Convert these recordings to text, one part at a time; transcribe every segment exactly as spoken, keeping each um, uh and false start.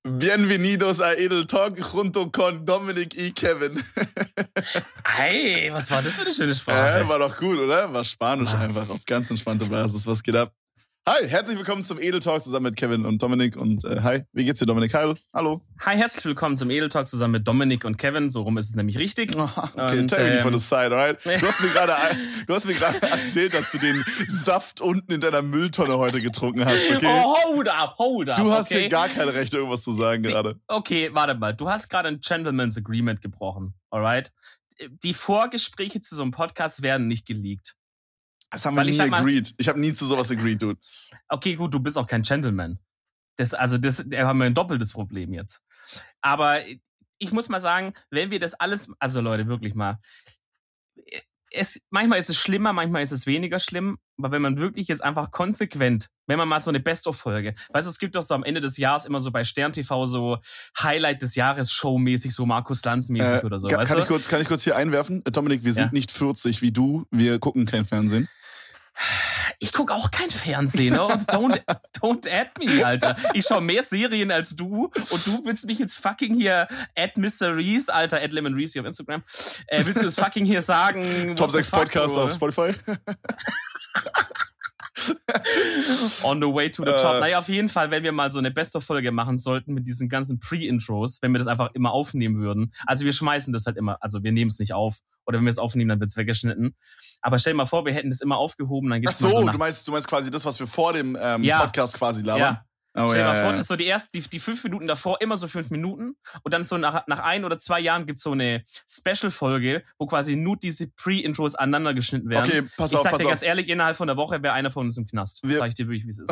Bienvenidos a Edel Talk junto con Dominik y Kevin. Hey, was war das für eine schöne Sprache? Äh, war doch gut, oder? War Spanisch Ach. einfach, auf ganz entspannte Basis. Was geht ab? Hi, herzlich willkommen zum Edel Talk zusammen mit Kevin und Dominik. Und äh, hi, wie geht's dir, Dominik? Hi, hallo. Hi, herzlich willkommen zum Edel Talk zusammen mit Dominik und Kevin. So rum ist es nämlich richtig. Okay, und, tell me ähm, from the side, alright? Du hast mir gerade du hast mir gerade erzählt, dass du den Saft unten in deiner Mülltonne heute getrunken hast, okay? Oh, hold up, hold up. Du hast okay? hier gar keine Rechte, irgendwas zu sagen gerade. Okay, warte mal. Du hast gerade ein Gentleman's Agreement gebrochen, alright? Die Vorgespräche zu so einem Podcast werden nicht geleakt. Das haben wir Weil ich nie sag mal- agreed. Ich habe nie zu sowas agreed, dude. Okay, gut, du bist auch kein Gentleman. Das, also, das, da haben wir ein doppeltes Problem jetzt. Aber ich muss mal sagen, wenn wir das alles, also Leute, wirklich mal, es, manchmal ist es schlimmer, manchmal ist es weniger schlimm, aber wenn man wirklich jetzt einfach konsequent, wenn man mal so eine Best-of-Folge, weißt du, es gibt doch so am Ende des Jahres immer so bei Stern T V so Highlight des Jahres Show-mäßig, so Markus Lanz-mäßig Äh, oder so, kann, weißt kann du? ich kurz, kann ich kurz hier einwerfen? Äh, Dominik, wir sind Ja. nicht vierzig wie du, wir gucken kein Fernsehen. Ich guck auch kein Fernsehen, oh, don't, don't add me, Alter. Ich schau mehr Serien als du und du willst mich jetzt fucking hier add Mister Reese, Alter, add Lemon Reese auf Instagram. Äh, willst du das fucking hier sagen? Top what the sechs fuck, Podcasts oder? auf Spotify. On the way to the Äh. top. Naja, auf jeden Fall, wenn wir mal so eine Beste-Folge machen sollten mit diesen ganzen Pre-Intros, wenn wir das einfach immer aufnehmen würden. Also wir schmeißen das halt immer, also wir nehmen es nicht auf. Oder wenn wir es aufnehmen, dann wird es weggeschnitten. Aber stell dir mal vor, wir hätten das immer aufgehoben, dann Ach gibt's mal so, so nach, du meinst, du meinst quasi das, was wir vor dem ähm, Ja. Podcast quasi labern? ja. Oh, Stell dir ja, mal vor, ja. so die ersten, die, die fünf Minuten davor immer so fünf Minuten und dann so nach, nach ein oder zwei Jahren gibt's so eine Special-Folge, wo quasi nur diese Pre-Intros aneinander geschnitten werden. Okay, pass ich auf, sag pass dir auf. ganz ehrlich, innerhalb von der Woche wäre einer von uns im Knast. Wir- Sag ich dir wirklich, wie es ist.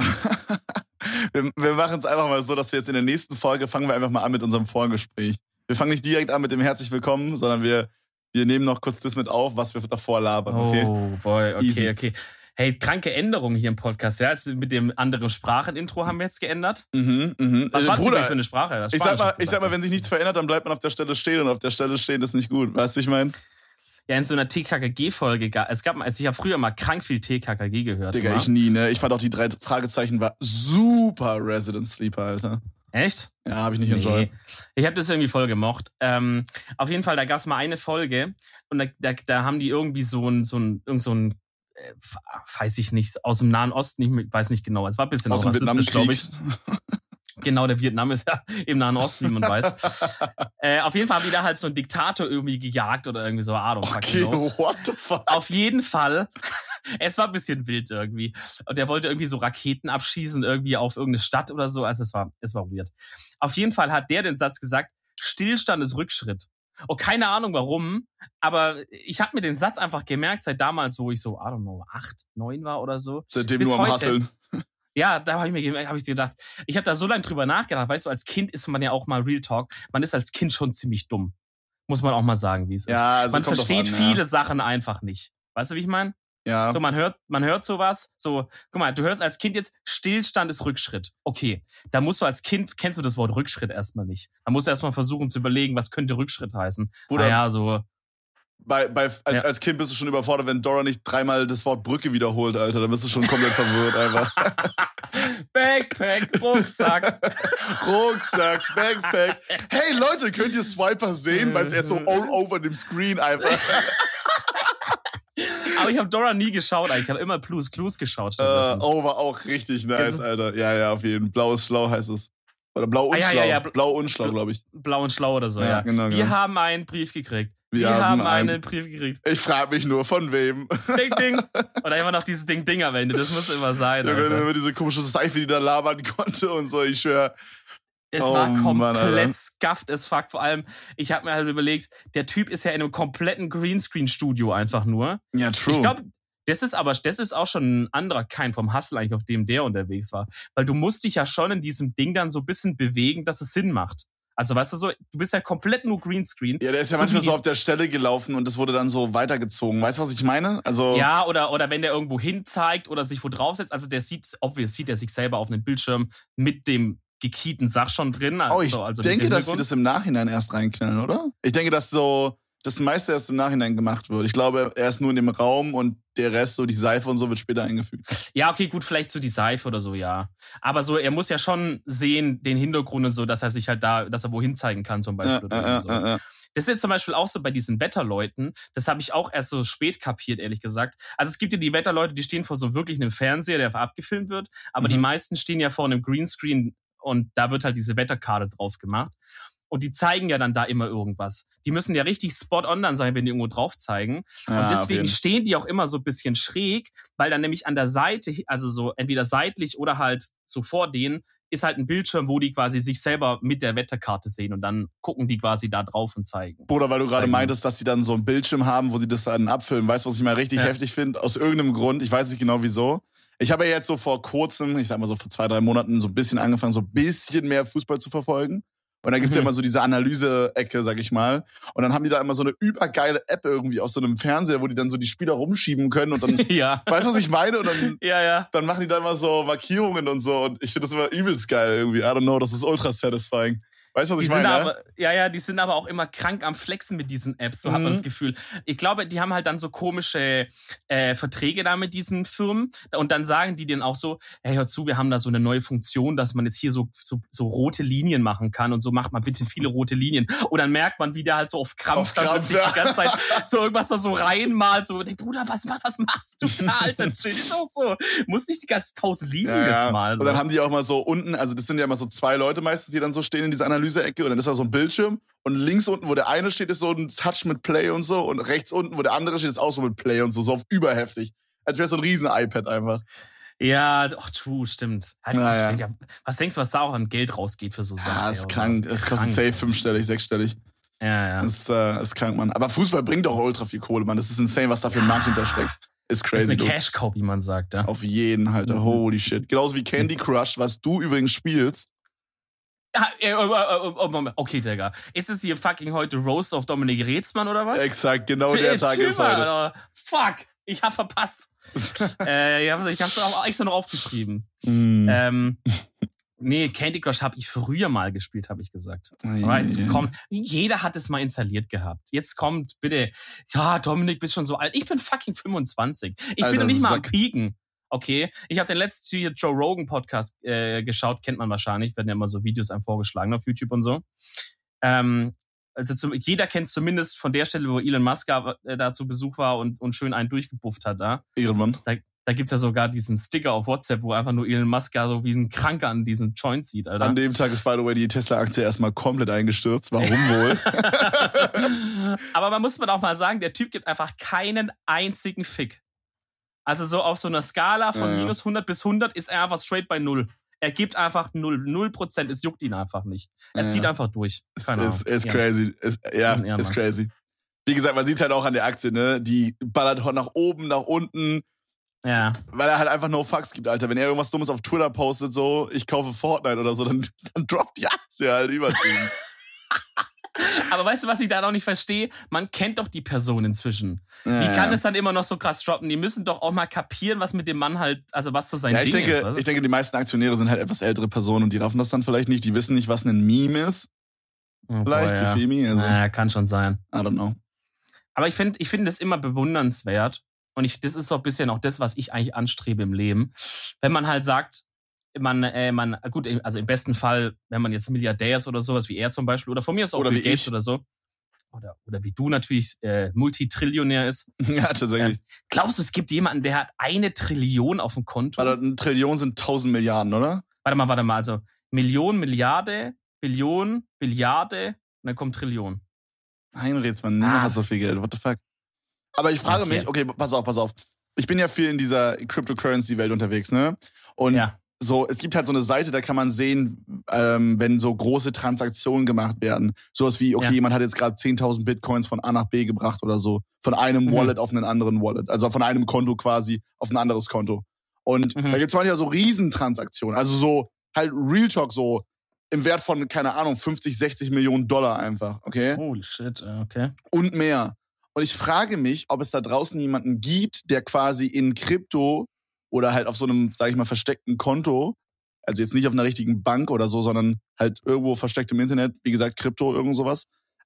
wir wir machen es einfach mal so, dass wir jetzt in der nächsten Folge fangen wir einfach mal an mit unserem Vorgespräch. Wir fangen nicht direkt an mit dem Herzlich Willkommen, sondern wir, wir nehmen noch kurz das mit auf, was wir davor labern, okay? Oh boy, okay, Easy. okay. Hey, kranke Änderungen hier im Podcast, ja? Jetzt mit dem anderen Sprachenintro haben wir jetzt geändert. Mhm, mhm. Was Äh, war das Bruder, für eine Sprache? Das ich sag Spanisch mal, hast du ich sag mal, gesagt. wenn sich nichts verändert, dann bleibt man auf der Stelle stehen und auf der Stelle stehen ist nicht gut. Weißt du, wie ich meine? Ja, in so einer T K K G-Folge, ga- es gab mal, also ich habe früher mal krank viel T K K G gehört. Digga, immer. ich nie, ne? Ich fand auch die drei Fragezeichen war super Resident Sleeper, Alter. Echt? Ja, habe ich nicht enjoyed. Nee. Ich habe das irgendwie voll gemocht. Ähm, auf jeden Fall, da gab es mal eine Folge und da, da, da haben die irgendwie so ein, so ein, irgend so ein, äh, weiß ich nicht, aus dem Nahen Osten, ich weiß nicht genau. Es war ein bisschen Aus dem rassistisch, glaube ich. Vietnamkrieg. Genau, der Vietnam ist ja im Nahen Osten, wie man weiß. äh, auf jeden Fall haben die da halt so einen Diktator irgendwie gejagt oder irgendwie so, I don't Okay, fucking know. what the fuck? Auf jeden Fall, es war ein bisschen wild irgendwie. Und der wollte irgendwie so Raketen abschießen, irgendwie auf irgendeine Stadt oder so. Also es war, es war weird. Auf jeden Fall hat der den Satz gesagt, Stillstand ist Rückschritt. Und keine Ahnung warum, aber ich habe mir den Satz einfach gemerkt, seit damals, wo ich so, I don't know, acht, neun war oder so. Seitdem bis nur am heute. Hasseln. Ja, da habe ich mir ge- hab ich gedacht, ich habe da so lange drüber nachgedacht. Weißt du, als Kind ist man ja auch mal Real Talk, man ist als Kind schon ziemlich dumm. Muss man auch mal sagen, wie es ist. Ja, also Man kommt drauf versteht an, viele ja. Sachen einfach nicht. Weißt du, wie ich meine? Ja. So, man hört, man hört sowas, so, guck mal, du hörst als Kind jetzt, Stillstand ist Rückschritt. Okay, da musst du als Kind, kennst du das Wort Rückschritt erstmal nicht. Da musst du erstmal versuchen zu überlegen, was könnte Rückschritt heißen. Bruder, Naja, so, Bei, bei, als, Ja. als Kind bist du schon überfordert, wenn Dora nicht dreimal das Wort Brücke wiederholt, Alter. Dann bist du schon komplett verwirrt einfach. Backpack, Rucksack. Rucksack, Backpack. Hey Leute, könnt ihr Swiper sehen? Weil es ist so all over dem Screen einfach. Aber ich habe Dora nie geschaut, eigentlich. Ich habe immer Blues Clues geschaut. äh, stattdessen. oh, war auch richtig nice, Kennst du- Alter. Ja, ja, auf jeden Fall. Blau ist schlau heißt es. Oder blau und Ah, ja, schlau. ja, ja. Blau und schlau, glaube ich. Blau und Schlau oder so, Ja, ja. genau, Wir genau. haben einen Brief gekriegt. Wir Wir, haben haben einen- einen Brief gekriegt. Ich frage mich nur, von wem? Ding, ding. Und dann immer noch dieses Ding, Ding am Ende. Das muss immer sein. Ja, wenn Alter. wenn diese komische Seife, die da labern konnte und so, ich schwör. Es Oh, war Mann, komplett Alter. scuffed as fuck. Vor allem, ich habe mir halt überlegt, der Typ ist ja in einem kompletten Greenscreen-Studio einfach nur. Ja, true. Ich glaube, das ist aber, das ist auch schon ein anderer Kind vom Hustle eigentlich, auf dem der unterwegs war. Weil du musst dich ja schon in diesem Ding dann so ein bisschen bewegen, dass es Sinn macht. Also weißt du so, du bist ja komplett nur Greenscreen. Ja, der ist ja So manchmal wie so die- auf der Stelle gelaufen und das wurde dann so weitergezogen. Weißt du, was ich meine? Also, Ja, oder, oder wenn der irgendwo hin zeigt oder sich wo draufsetzt. Also der sieht, obvious sieht er sich selber auf einem Bildschirm mit dem gekieten Sach schon drin. Also, oh, ich also mit denke, dem dass die Hintergrund. das im Nachhinein erst reinknallen, oder? Ich denke, dass so das meiste erst im Nachhinein gemacht wird. Ich glaube, er ist nur in dem Raum und der Rest, so die Seife und so, wird später eingefügt. Ja, okay, gut, vielleicht so die Seife oder so, ja. Aber so, er muss ja schon sehen, den Hintergrund und so, dass er sich halt da, dass er wohin zeigen kann zum Beispiel. Ja, oder ja, so. ja, ja. Das ist jetzt zum Beispiel auch so bei diesen Wetterleuten. Das habe ich auch erst so spät kapiert, ehrlich gesagt. Also es gibt ja die Wetterleute, die stehen vor so wirklich einem Fernseher, der abgefilmt wird. Aber mhm. die meisten stehen ja vor einem Greenscreen und da wird halt diese Wetterkarte drauf gemacht. Und die zeigen ja dann da immer irgendwas. Die müssen ja richtig spot-on dann sein, wenn die irgendwo drauf zeigen. Ah, und deswegen stehen die auch immer so ein bisschen schräg, weil dann nämlich an der Seite, also so entweder seitlich oder halt so vor denen, ist halt ein Bildschirm, wo die quasi sich selber mit der Wetterkarte sehen und dann gucken die quasi da drauf und zeigen. Oder weil du gerade meintest, dass die dann so einen Bildschirm haben, wo die das dann abfilmen. Weißt du, was ich mal richtig ja. heftig finde? Aus irgendeinem Grund, ich weiß nicht genau wieso. Ich habe ja jetzt so vor kurzem, ich sag mal so vor zwei, drei Monaten, so ein bisschen angefangen, so ein bisschen mehr Fußball zu verfolgen. Und dann gibt's mhm. ja immer so diese Analyse-Ecke, sag ich mal. Und dann haben die da immer so eine übergeile App irgendwie aus so einem Fernseher, wo die dann so die Spieler rumschieben können und dann, ja. weißt du, was ich meine? Und dann, ja, ja. dann machen die da immer so Markierungen und so. Und ich finde das immer übelst geil irgendwie. I don't know, das ist ultra satisfying. Weißt du, was die ich meine? Aber, ja, ja, die sind aber auch immer krank am Flexen mit diesen Apps, so mhm. hat man das Gefühl. Ich glaube, die haben halt dann so komische äh, Verträge da mit diesen Firmen und dann sagen die denen auch so, hey, hör zu, wir haben da so eine neue Funktion, dass man jetzt hier so, so, so rote Linien machen kann und so macht man bitte viele rote Linien. Und dann merkt man, wie der halt so auf Krampf, auf Krampf dann ja. die ganze Zeit so irgendwas da so reinmalt, so, hey, Bruder, was, was machst du da, Alter? Chill, ist auch so. Muss nicht die ganzen tausend Linien ja, jetzt malen. So. Und dann haben die auch mal so unten, also das sind ja immer so zwei Leute meistens, die dann so stehen in dieser Analyse Ecke und dann ist da so ein Bildschirm und links unten, wo der eine steht, ist so ein Touch mit Play und so und rechts unten, wo der andere steht, ist auch so mit Play und so, so auf überheftig. Als wäre so ein riesen iPad einfach. Ja, oh, true, stimmt. Ja, ja. Was denkst du, was da auch an Geld rausgeht für so Sachen? Ja, ist krank. Es kostet safe fünfstellig, sechsstellig. Ja, ja. Das ist, äh, ist krank, Mann. Aber Fußball bringt doch ultra viel Kohle, Mann. Das ist insane, was da für ein Markt hintersteckt. Ist crazy. Das ist eine Cash-Cow, wie man sagt, ja. Auf jeden, Alter. Holy shit. Genauso wie Candy Crush, was du übrigens spielst. Okay, Digga. Ist es hier fucking heute Roast of Dominik Reetzmann oder was? Exakt, genau der Tag ist heute. Alter. Fuck, ich hab verpasst. äh, ich hab's auch extra noch aufgeschrieben. Mm. Ähm, nee, Candy Crush habe ich früher mal gespielt, habe ich gesagt. Right, so, komm, jeder hat es mal installiert gehabt. Jetzt kommt bitte, ja, Dominik, bist schon so alt. Ich bin fucking fünfundzwanzig. Ich Alter, bin noch nicht mal am Pieken. Okay, ich habe den letzten hier Joe Rogan Podcast äh, geschaut, kennt man wahrscheinlich, werden ja immer so Videos einem vorgeschlagen auf YouTube und so. Ähm, also zum, jeder kennt es zumindest von der Stelle, wo Elon Musk äh, da zu Besuch war und, und schön einen durchgebufft hat da. Ehrenmann. Da, da gibt's ja sogar diesen Sticker auf WhatsApp, wo einfach nur Elon Musk so wie ein Kranker an diesem Joint sieht, Alter. An dem Tag ist, by the way, die Tesla-Aktie erstmal komplett eingestürzt. Warum wohl? Aber man muss man auch mal sagen, der Typ gibt einfach keinen einzigen Fick. Also so auf so einer Skala von ja, minus hundert bis hundert ist er einfach straight bei null. Er gibt einfach null. null Prozent. Es juckt ihn einfach nicht. Er ja. zieht einfach durch. Keine ist, ist ja. crazy. Ist, ja, ja, ist crazy. Wie gesagt, man sieht halt auch an der Aktie, ne? Die ballert nach oben, nach unten. Ja. Weil er halt einfach no fucks gibt, Alter. Wenn er irgendwas Dummes auf Twitter postet, so, ich kaufe Fortnite oder so, dann, dann droppt die Aktie halt übertrieben. Aber weißt du, was ich da noch nicht verstehe? Man kennt doch die Person inzwischen. Ja, Wie kann ja. es dann immer noch so krass droppen? Die müssen doch auch mal kapieren, was mit dem Mann halt, also was so sein ja, ich Ding denke, ist. Was? Ich denke, die meisten Aktionäre sind halt etwas ältere Personen und die raffen das dann vielleicht nicht. Die wissen nicht, was ein Meme ist. Oh, vielleicht, boy, ja. wie Femi. Also. Naja, kann schon sein. I don't know. Aber ich finde ich finde das immer bewundernswert. Und ich, das ist so ein bisschen auch das, was ich eigentlich anstrebe im Leben. Wenn man halt sagt, man, äh, man, gut, also im besten Fall, wenn man jetzt Milliardär ist oder sowas wie er zum Beispiel, oder von mir ist auch oder Bill wie Gates ich. oder so. Oder, oder wie du natürlich äh, Multitrillionär ist. Ja, tatsächlich. Ähm, glaubst du, es gibt jemanden, der hat eine Trillion auf dem Konto? Also eine Trillion sind tausend Milliarden, oder? Warte mal, warte mal. Also Million, Milliarde, Billion, Billiarde und dann kommt Trillion. Nein, Rätsmann, niemand Ah. hat so viel Geld. What the fuck? Aber ich frage Okay. mich, okay, pass auf, pass auf. Ich bin ja viel in dieser Cryptocurrency-Welt unterwegs, ne? Und Ja. so, es gibt halt so eine Seite, da kann man sehen, ähm, wenn so große Transaktionen gemacht werden. Sowas wie, okay, Ja. jemand hat jetzt gerade zehntausend Bitcoins von A nach B gebracht oder so. Von einem Mhm. Wallet auf einen anderen Wallet. Also von einem Konto quasi auf ein anderes Konto. Und Mhm. da gibt's manchmal so Riesentransaktionen. Also so, halt Real Talk so im Wert von, keine Ahnung, fünfzig, sechzig Millionen Dollar einfach, okay? Holy shit, äh, okay. Und mehr. Und ich frage mich, ob es da draußen jemanden gibt, der quasi in Krypto oder halt auf so einem, sag ich mal, versteckten Konto, also jetzt nicht auf einer richtigen Bank oder so, sondern halt irgendwo versteckt im Internet, wie gesagt, Krypto, irgend sowas,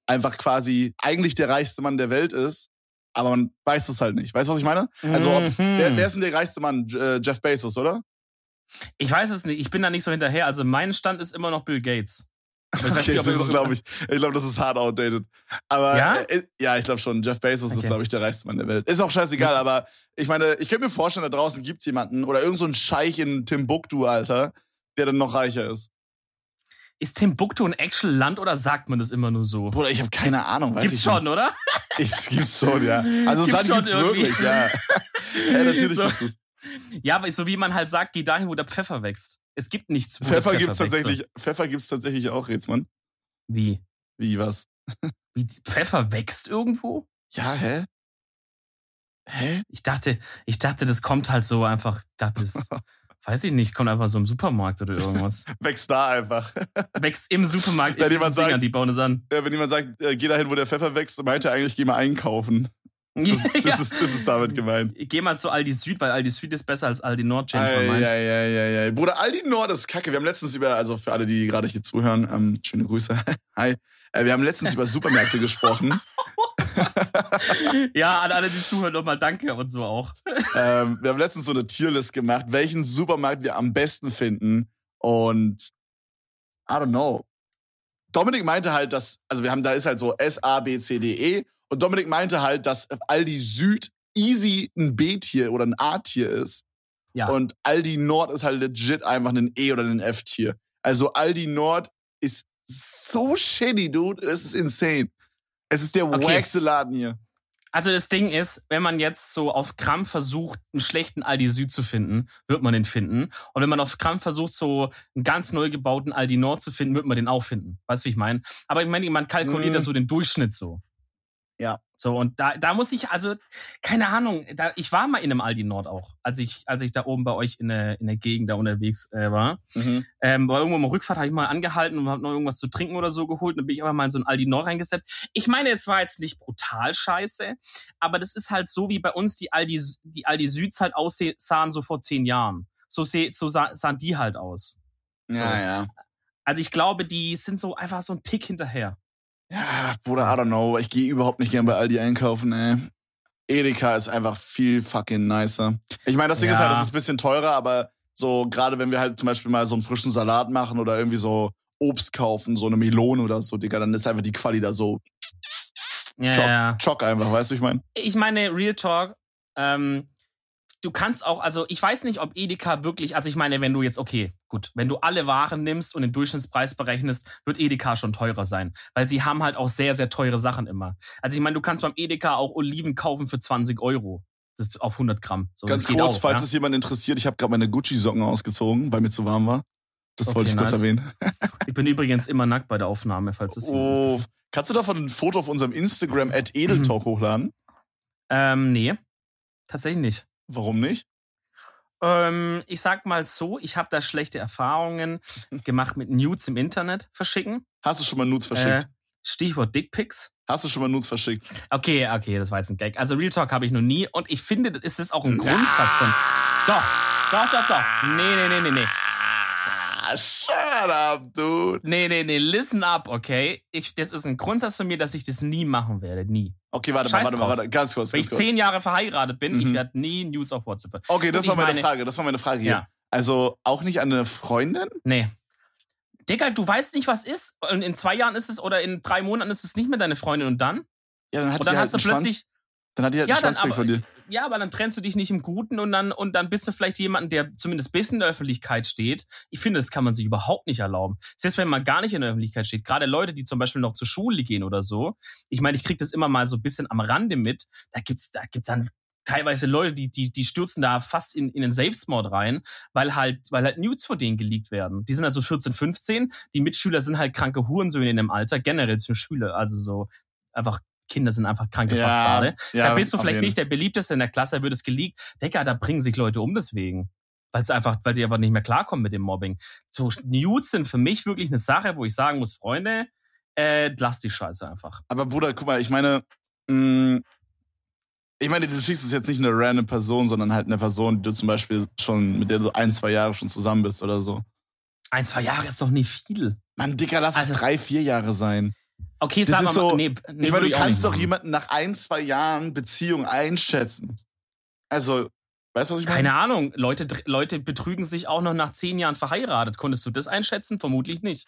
einfach quasi eigentlich der reichste Mann der Welt ist, aber man weiß es halt nicht. Weißt du, was ich meine? Also, ob's, Mhm. wer, wer ist denn der reichste Mann? Äh, Jeff Bezos, oder? Ich weiß es nicht, ich bin da nicht so hinterher. Also mein Stand ist immer noch Bill Gates. Aber ich weiß Okay, nicht, ob das er- ist, glaube ich, ich glaube, das ist hard outdated. Aber Ja? äh, ja, ich glaube schon, Jeff Bezos Okay. ist, glaube ich, der reichste Mann der Welt. Ist auch scheißegal, aber ich meine, ich könnte mir vorstellen, da draußen gibt's jemanden oder irgend so einen Scheich in Timbuktu, Alter, der dann noch reicher ist. Ist Timbuktu ein actual Land oder sagt man das immer nur so? Bruder, ich habe keine Ahnung, weiß Gibt's ich schon, oder? nicht. Es gibt's schon, ja. Also das Gibt's Land schon gibt's irgendwie. wirklich, ja. Ja, natürlich So. gibt's es. Ja, aber so wie man halt sagt, geh dahin, wo der Pfeffer wächst. Es gibt nichts, wo Pfeffer der gibt's wächst. tatsächlich, Pfeffer gibt's tatsächlich auch, Rätsmann. Wie? Wie, was? Wie Pfeffer wächst irgendwo? Ja, hä? Hä? Ich dachte, ich dachte, das kommt halt so einfach, dachte das, weiß ich nicht, kommt einfach so im Supermarkt oder irgendwas. Wächst da einfach. Wächst im Supermarkt Wenn in jemand diesen Dingern, sagt- die bauen es an. Ja, wenn jemand sagt, äh, geh dahin, wo der Pfeffer wächst, meint er eigentlich, geh mal einkaufen. Das, das, Ja. ist, das ist damit gemeint. Ich geh mal zu Aldi Süd, weil Aldi Süd ist besser als Aldi Nord, James Ei, meint. ei, ei, ei, ei. Bruder, Aldi Nord ist kacke. Wir haben letztens über, also für alle, die gerade hier zuhören, ähm, schöne Grüße. Hi. Äh, wir haben letztens über Supermärkte gesprochen. Ja, an alle, die zuhören, nochmal danke und so auch. ähm, wir haben letztens so eine Tierlist gemacht, welchen Supermarkt wir am besten finden. Und I don't know. Dominik meinte halt, dass, also wir haben, da ist halt so S, A, B, C, D, E. Und Dominik meinte halt, dass Aldi Süd easy ein B-Tier oder ein A-Tier ist. Ja. Und Aldi Nord ist halt legit einfach ein E- oder ein F-Tier. Also Aldi Nord ist so shitty, dude. Es ist insane. Es ist der Okay. wackste Laden hier. Also das Ding ist, wenn man jetzt so auf Krampf versucht, einen schlechten Aldi Süd zu finden, wird man den finden. Und wenn man auf Krampf versucht, so einen ganz neu gebauten Aldi Nord zu finden, wird man den auch finden. Weißt du, wie ich meine? Aber ich meine, man kalkuliert Mm. ja so den Durchschnitt so. Ja. So, und da, da muss ich, also, keine Ahnung, da, ich war mal in einem Aldi Nord auch, als ich, als ich da oben bei euch in der, in der Gegend da unterwegs äh, war. Mhm. Ähm, bei irgendwo mal Rückfahrt habe ich mal angehalten und habe noch irgendwas zu trinken oder so geholt. Dann bin ich aber mal in so ein Aldi Nord reingesteppt. Ich meine, es war jetzt nicht brutal scheiße, aber das ist halt so, wie bei uns die Aldi, die Aldi Süds halt aussahen so vor zehn Jahren. So, seh, so sah, sahen die halt aus. Ja, So. ja. Also ich glaube, die sind so einfach so ein Tick hinterher. Ja, Bruder, I don't know. Ich gehe überhaupt nicht gern bei Aldi einkaufen, ey. Edeka ist einfach viel fucking nicer. Ich meine, das Ding Ja. ist halt, das ist ein bisschen teurer, aber so, gerade wenn wir halt zum Beispiel mal so einen frischen Salat machen oder irgendwie so Obst kaufen, so eine Melone oder so, Digga, dann ist einfach die Quali da so Ja, Chock, ja. Chock einfach, weißt du, ich meine? Ich meine, Real Talk, ähm, du kannst auch, also ich weiß nicht, ob Edeka wirklich, also ich meine, wenn du jetzt, okay, gut, wenn du alle Waren nimmst und den Durchschnittspreis berechnest, wird Edeka schon teurer sein. Weil sie haben halt auch sehr, sehr teure Sachen immer. Also ich meine, du kannst beim Edeka auch Oliven kaufen für zwanzig Euro. Das ist auf hundert Gramm. So, Ganz das geht kurz, auch, falls ja? es jemand interessiert, ich habe gerade meine Gucci-Socken ausgezogen, weil mir zu warm war. Das Okay, wollte ich kurz nice. erwähnen. Ich bin übrigens immer nackt bei der Aufnahme, falls das jemand Oh, interessiert. kannst du davon ein Foto auf unserem Instagram at Edeltalk hochladen? Ähm, nee. Tatsächlich nicht. Warum nicht? Ähm, ich sag mal so, ich habe da schlechte Erfahrungen gemacht mit Nudes im Internet verschicken. Hast du schon mal Nudes verschickt? Äh, Stichwort Dickpics. Hast du schon mal Nudes verschickt? Okay, okay, das war jetzt ein Gag. Also Real Talk habe ich noch nie und ich finde, das ist auch ein Grundsatz von. Doch, doch, doch, doch. Nee, nee, nee, nee, nee. Ah, shut up, dude. Nee, nee, nee, listen up, okay? Ich, das ist ein Grundsatz von mir, dass ich das nie machen werde. Nie. Okay, warte mal, Scheiß warte mal, drauf. warte. Ganz kurz, Wenn ganz ich kurz. zehn Jahre verheiratet bin, Mhm. ich werde nie Nudes auf WhatsApp. Okay, das Und war ich meine, meine- Frage. Das war meine Frage hier. Ja. Also auch nicht an eine Freundin? Nee. Digga, du weißt nicht, was ist. Und in zwei Jahren ist es oder in drei Monaten ist es nicht mehr deine Freundin und dann? Ja, dann hat Und die dann halt hast du einen Schwanz. plötzlich. Dann hat die halt Ja, einen dann Schwanzbild aber, von dir. ja, aber dann trennst du dich nicht im Guten und dann, und dann bist du vielleicht jemanden, der zumindest ein bisschen in der Öffentlichkeit steht. Ich finde, das kann man sich überhaupt nicht erlauben. Selbst wenn man gar nicht in der Öffentlichkeit steht. Gerade Leute, die zum Beispiel noch zur Schule gehen oder so. Ich meine, ich kriege das immer mal so ein bisschen am Rande mit. Da gibt's, da gibt's dann teilweise Leute, die, die, die stürzen da fast in, in den Selbstmord rein, weil halt, weil halt Nudes vor denen geleakt werden. Die sind also vierzehn, fünfzehn. Die Mitschüler sind halt kranke Hurensöhne in dem Alter. Generell sind Schüler, also so einfach Kinder sind einfach kranke Ja, Bastarde. ja, da bist du auf vielleicht jeden. nicht der beliebteste in der Klasse, da wird es geleakt. Digga, da bringen sich Leute um deswegen. Weil es einfach, weil die einfach nicht mehr klarkommen mit dem Mobbing. So Nudes sind für mich wirklich eine Sache, wo ich sagen muss, Freunde, äh, lass die Scheiße einfach. Aber Bruder, guck mal, ich meine, mh, ich meine, du schickst es jetzt nicht eine random Person, sondern halt eine Person, die du zum Beispiel schon, mit der du ein, zwei Jahre schon zusammen bist oder so. Ein, zwei Jahre ist doch nicht viel. Mann, Dicker, lass Also- es drei, vier Jahre sein. Okay, das sag ist mal, so, nee, nee, ich meine, würde du ich auch kannst nicht doch machen. jemanden nach ein, zwei Jahren Beziehung einschätzen. Also, weißt du, was ich meine? Keine Ahnung, Leute, dr- Leute betrügen sich auch noch nach zehn Jahren verheiratet. Konntest du das einschätzen? Vermutlich nicht.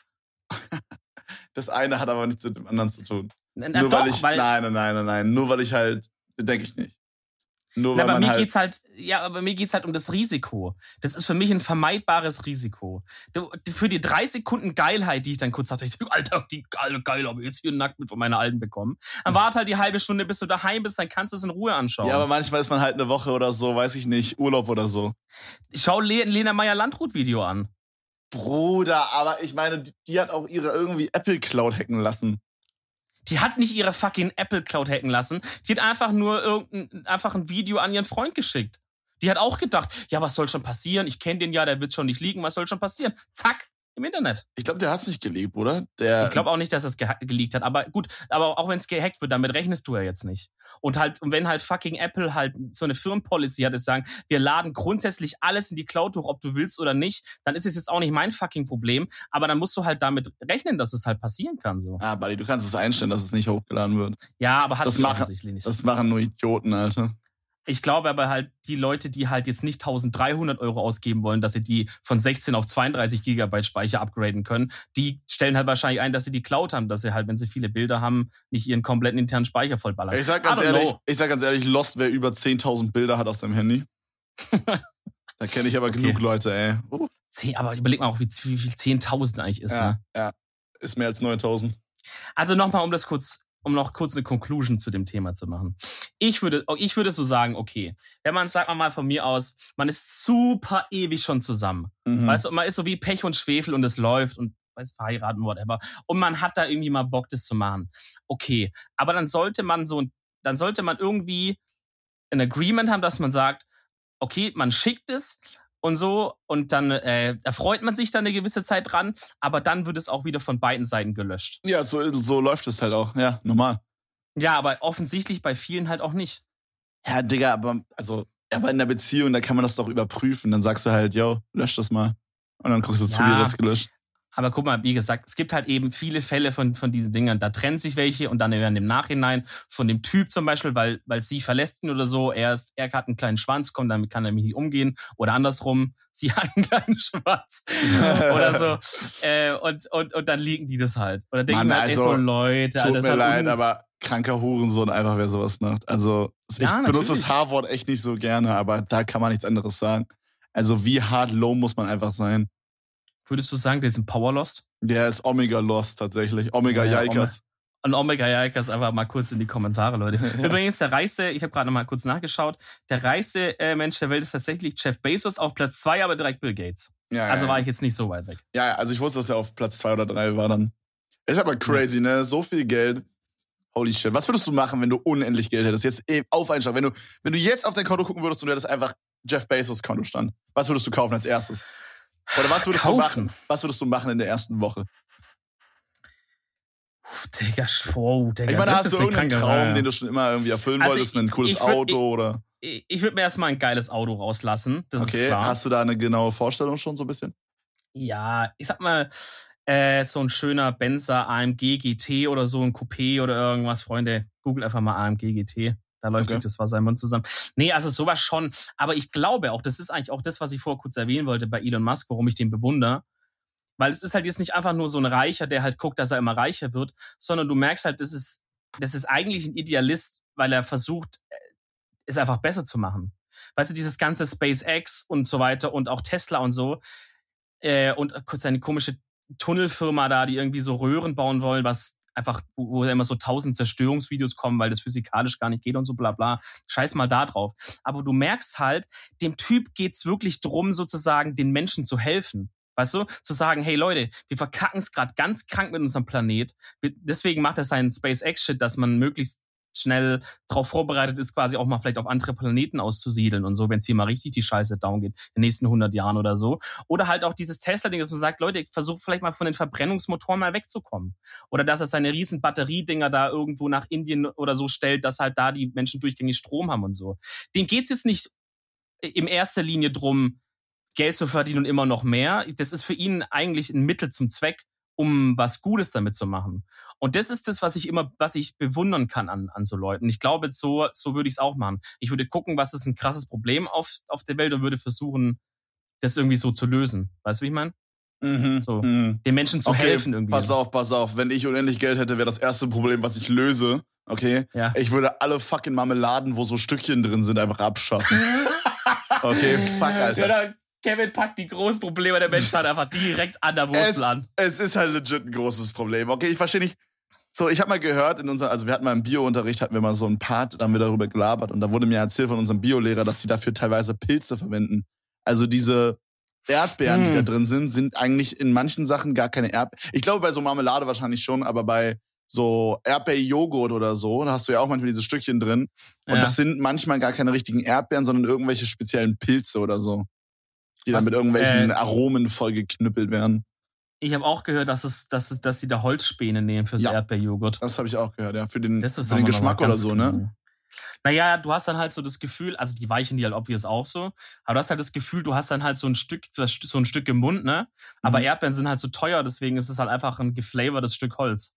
Das eine hat aber nichts mit dem anderen zu tun. Na, na Nur weil doch, ich, weil, nein, nein, nein, nein, nein, nur weil ich halt, denke ich nicht. Nur na, weil bei man mir halt, geht's halt, ja, aber mir geht's halt um das Risiko. Das ist für mich ein vermeidbares Risiko. Du, du- für die drei Sekunden Geilheit, die ich dann kurz hatte, ich dachte, Alter, die geile, geil, aber jetzt hier einen Nacktbild von meiner Alten bekommen. Dann warte halt die halbe Stunde, bis du daheim bist, dann kannst du es in Ruhe anschauen. ja, aber manchmal ist man halt eine Woche oder so, weiß ich nicht, Urlaub oder so. Schau Le Lena Meyer-Landrut-Video an. Bruder, aber ich meine, die, die hat auch ihre irgendwie Apple Cloud hacken lassen. Die hat nicht ihre fucking Apple Cloud hacken lassen. Die hat einfach nur irgendein einfach ein Video an ihren Freund geschickt. Die hat auch gedacht, ja, was soll schon passieren? Ich kenne den ja, der wird schon nicht liegen. Was soll schon passieren? Zack, im Internet. Ich glaube, der hat's nicht geleakt, oder? Der, Ich glaube auch nicht, dass es ge geleakt hat. Aber gut, aber auch wenn es gehackt wird, damit rechnest du ja jetzt nicht. Und halt, und wenn halt fucking Apple halt so eine Firmenpolicy hat, ist sagen, wir laden grundsätzlich alles in die Cloud hoch, ob du willst oder nicht, dann ist es jetzt auch nicht mein fucking Problem. Aber dann musst du halt damit rechnen, dass es halt passieren kann, so. Ah, Buddy, du kannst es einstellen, dass es nicht hochgeladen wird. Ja, aber hat Das sie machen- offensichtlich nicht. Das machen nur Idioten, Alter. Ich glaube aber halt, die Leute, die halt jetzt nicht dreizehnhundert Euro ausgeben wollen, dass sie die von sechzehn auf zweiunddreißig Gigabyte Speicher upgraden können, die stellen halt wahrscheinlich ein, dass sie die Cloud haben, dass sie halt, wenn sie viele Bilder haben, nicht ihren kompletten internen Speicher vollballern. Ich sag I ganz don't ehrlich, know. ich sag ganz ehrlich, Lost, wer über zehntausend Bilder hat auf seinem Handy. Da kenne ich aber Okay. genug Leute, ey. Uh, Zehn, aber überleg mal auch, wie, wie viel zehntausend eigentlich ist. ja, Ne? ja. Ist mehr als neuntausend. Also nochmal, um das kurz, um noch kurz eine Conclusion zu dem Thema zu machen. Ich würde, ich würde so sagen, okay, wenn man, sagt man mal von mir aus, man ist super ewig schon zusammen. Mhm. Weißt du, und man ist so wie Pech und Schwefel und es läuft und weiß verheiraten, whatever. Und man hat da irgendwie mal Bock, das zu machen. Okay. Aber dann sollte man so, dann sollte man irgendwie ein Agreement haben, dass man sagt, okay, man schickt es und so und dann äh, erfreut man sich dann eine gewisse Zeit dran, aber dann wird es auch wieder von beiden Seiten gelöscht. Ja, so, so läuft es halt auch. Ja, normal. Ja, aber offensichtlich bei vielen halt auch nicht. Ja, Digga, aber, also, aber in der Beziehung, da kann man das doch überprüfen. Dann sagst du halt, yo, lösch das mal. Und dann guckst du zu, Ja. wie das gelöscht. Aber guck mal, wie gesagt, es gibt halt eben viele Fälle von, von diesen Dingern. Da trennen sich welche und dann werden im Nachhinein von dem Typ zum Beispiel, weil, weil sie verlässt ihn oder so, er, ist, er hat einen kleinen Schwanz, kommt, damit kann er mit ihm umgehen. Oder andersrum, sie hat einen kleinen Schwanz. Oder so. Äh, und, und, und dann liegen die das halt. Oder denken Mann, halt, ey, also, so Leute, Tut das mir hat leid, un- aber kranker Hurensohn einfach, wer sowas macht. Also, ich Ja, benutze das natürlich. H-Wort echt nicht so gerne, aber da kann man nichts anderes sagen. Also, wie hart low muss man einfach sein? Würdest du sagen, der ist ein Powerlost? Der ist Omega Lost tatsächlich. Omega Ja, Yikers. Und Omega Yikers einfach mal kurz in die Kommentare, Leute. Übrigens, der reichste, ich habe gerade noch mal kurz nachgeschaut, der reichste äh, Mensch der Welt ist tatsächlich Jeff Bezos, auf Platz zwei, aber direkt Bill Gates. Ja, Also ja, war ja. ich jetzt nicht so weit weg. Ja, ja, also ich wusste, dass er auf Platz zwei oder drei war dann. Ist aber crazy, ne? So viel Geld. Holy shit. Was würdest du machen, wenn du unendlich Geld hättest? Jetzt eh auf einen Schlag. Wenn du, wenn du jetzt auf dein Konto gucken würdest und du hättest einfach Jeff Bezos Konto stand. Was würdest du kaufen als erstes? Oder was würdest Kaufen? du machen? Was würdest du machen in der ersten Woche? Puh, Digga, wow, Digga. Ich meine, das hast ist du eine irgendeinen kranke Traum, Frage. den du schon immer irgendwie erfüllen Also wolltest? ich- Ein cooles ich würd- Auto oder? Ich, ich würde mir erstmal ein geiles Auto rauslassen. Das ist Okay, klar. hast du da eine genaue Vorstellung schon so ein bisschen? Ja, ich sag mal, äh, so ein schöner Benzer A M G G T oder so, ein Coupé oder irgendwas, Freunde. Google einfach mal A M G G T. Da läuft Okay. euch das Wasser im Mund zusammen. Nee, also sowas schon. Aber ich glaube auch, das ist eigentlich auch das, was ich vorher kurz erwähnen wollte bei Elon Musk, warum ich den bewundere. Weil es ist halt jetzt nicht einfach nur so ein Reicher, der halt guckt, dass er immer reicher wird, sondern du merkst halt, das ist, das ist eigentlich ein Idealist, weil er versucht, äh, es einfach besser zu machen. Weißt du, dieses ganze SpaceX und so weiter und auch Tesla und so äh, und kurz seine komische Tunnelfirma da, die irgendwie so Röhren bauen wollen, was einfach, wo wo immer so tausend Zerstörungsvideos kommen, weil das physikalisch gar nicht geht und so bla bla. Scheiß mal da drauf. Aber du merkst halt, dem Typ geht's wirklich drum, sozusagen den Menschen zu helfen. Weißt du? Zu sagen, hey Leute, wir verkacken es gerade ganz krank mit unserem Planet. Wir- Deswegen macht er seinen SpaceX-Shit, dass man möglichst schnell darauf vorbereitet ist, quasi auch mal vielleicht auf andere Planeten auszusiedeln und so, wenn es hier mal richtig die Scheiße down geht, in den nächsten hundert Jahren oder so. Oder halt auch dieses Tesla-Ding, dass man sagt, Leute, versucht vielleicht mal von den Verbrennungsmotoren mal wegzukommen. Oder dass er seine riesen Batteriedinger da irgendwo nach Indien oder so stellt, dass halt da die Menschen durchgängig Strom haben und so. Denen geht's jetzt nicht in erster Linie drum, Geld zu verdienen und immer noch mehr. Das ist für ihn eigentlich ein Mittel zum Zweck, um was Gutes damit zu machen. Und das ist das, was ich immer, was ich bewundern kann an, an so Leuten. Ich glaube, so, so würde ich es auch machen. Ich würde gucken, was ist ein krasses Problem auf, auf der Welt und würde versuchen, das irgendwie so zu lösen. Weißt du, wie ich meine? Mhm. So, mhm. den Menschen zu okay, helfen irgendwie. Pass auf, pass auf. Wenn ich unendlich Geld hätte, wäre das erste Problem, was ich löse, okay? Ja. Ich würde alle fucking Marmeladen, wo so Stückchen drin sind, einfach abschaffen. Okay, fuck, Alter. Ja, Kevin packt die großen Probleme der Menschheit einfach direkt an der Wurzel es, an. Es ist halt legit ein großes Problem. Okay, ich verstehe nicht. So, ich habe mal gehört, in unserem, also wir hatten mal im Bio-Unterricht, hatten wir mal so einen Part, da haben wir darüber gelabert und da wurde mir erzählt von unserem Biolehrer, dass die dafür teilweise Pilze verwenden. Also diese Erdbeeren, hm. die da drin sind, sind eigentlich in manchen Sachen gar keine Erdbeeren. Ich glaube, bei so Marmelade wahrscheinlich schon, aber bei so Erdbeerjoghurt oder so, da hast du ja auch manchmal diese Stückchen drin. Und ja. das sind manchmal gar keine richtigen Erdbeeren, sondern irgendwelche speziellen Pilze oder so, die Was? dann mit irgendwelchen äh, Aromen vollgeknüppelt werden. Ich habe auch gehört, dass es, dass es, dass sie da Holzspäne nehmen fürs ja, Erdbeerjoghurt. Das habe ich auch gehört, ja. Für den, für den Geschmack oder so, ne? Cool. Naja, du hast dann halt so das Gefühl, also die weichen die halt obvious auch so, aber du hast halt das Gefühl, du hast dann halt so ein Stück, so ein Stück im Mund, ne? Aber mhm. Erdbeeren sind halt so teuer, deswegen ist es halt einfach ein geflavortes Stück Holz.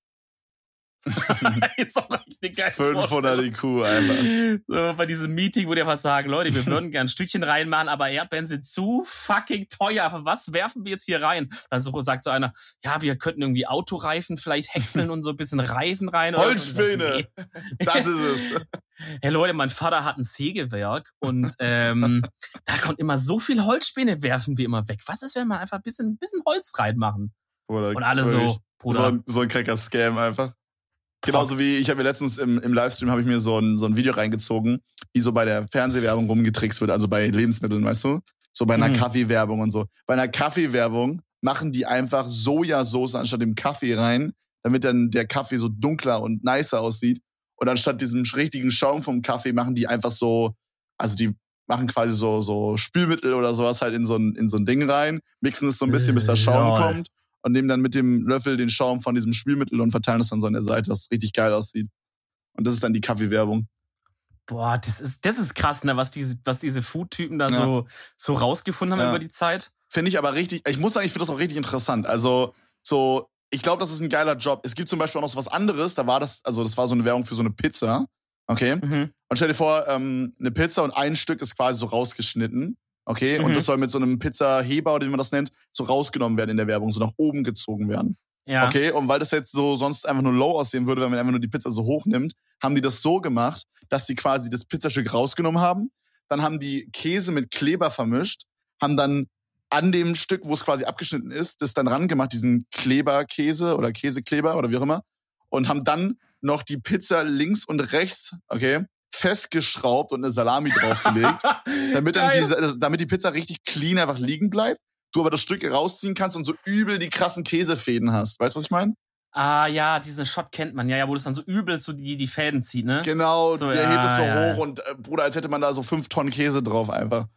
Ist auch echt eine geile fünfhundert I Q einfach. So, bei diesem Meeting, wo die einfach sagen, Leute, wir würden gerne ein Stückchen reinmachen, aber Erdbeeren sind zu fucking teuer. Aber was werfen wir jetzt hier rein? Dann so, sagt so einer, ja, wir könnten irgendwie Autoreifen vielleicht häckseln und so ein bisschen Reifen rein. Holzspäne! So. Nee. Das ist es. Hey Leute, mein Vater hat ein Sägewerk und ähm, da kommt immer so viel Holzspäne, werfen wir immer weg. Was ist, wenn wir einfach ein bisschen, ein bisschen Holz reinmachen? Oder und alle so, Bruder. So ein, so ein Cracker-Scam einfach. Genauso wie, ich habe mir letztens im, im Livestream habe ich mir so ein, so ein Video reingezogen, wie so bei der Fernsehwerbung rumgetrickst wird, also bei Lebensmitteln, weißt du? So bei einer mhm. Kaffeewerbung und so. Bei einer Kaffeewerbung machen die einfach Sojasauce anstatt dem Kaffee rein, damit dann der Kaffee so dunkler und nicer aussieht. Und anstatt diesem richtigen Schaum vom Kaffee machen die einfach so, also die machen quasi so, so Spülmittel oder sowas halt in so ein, in so ein Ding rein, mixen es so ein bisschen, bis der Schaum ja. kommt. Und nehmen dann mit dem Löffel den Schaum von diesem Spülmittel und verteilen das dann so an der Seite, dass es richtig geil aussieht. Und das ist dann die Kaffeewerbung. Boah, das ist, das ist krass, ne, was diese, was diese Food-Typen da ja. so, so rausgefunden haben ja. über die Zeit. Finde ich aber richtig, ich muss sagen, ich finde das auch richtig interessant. Also, so, ich glaube, das ist ein geiler Job. Es gibt zum Beispiel auch noch so was anderes, da war das, also das war so eine Werbung für so eine Pizza. Okay? Mhm. Und stell dir vor, ähm, eine Pizza und ein Stück ist quasi so rausgeschnitten. Okay, mhm. und das soll mit so einem Pizzaheber oder wie man das nennt, so rausgenommen werden in der Werbung, so nach oben gezogen werden. Ja. Okay, und weil das jetzt so sonst einfach nur low aussehen würde, wenn man einfach nur die Pizza so hoch nimmt, haben die das so gemacht, dass die quasi das Pizzastück rausgenommen haben, dann haben die Käse mit Kleber vermischt, haben dann an dem Stück, wo es quasi abgeschnitten ist, das dann rangemacht, diesen Kleberkäse oder Käsekleber oder wie auch immer, und haben dann noch die Pizza links und rechts, okay, festgeschraubt und eine Salami draufgelegt, damit dann diese, damit die Pizza richtig clean einfach liegen bleibt, du aber das Stück rausziehen kannst und so übel die krassen Käsefäden hast. Weißt du, was ich meine? Ah ja, diesen Shot kennt man ja, ja, wo das dann so übel so die, die Fäden zieht, ne? Genau, so, der ja, hebt es so ja. hoch und äh, Bruder, als hätte man da so fünf Tonnen Käse drauf einfach.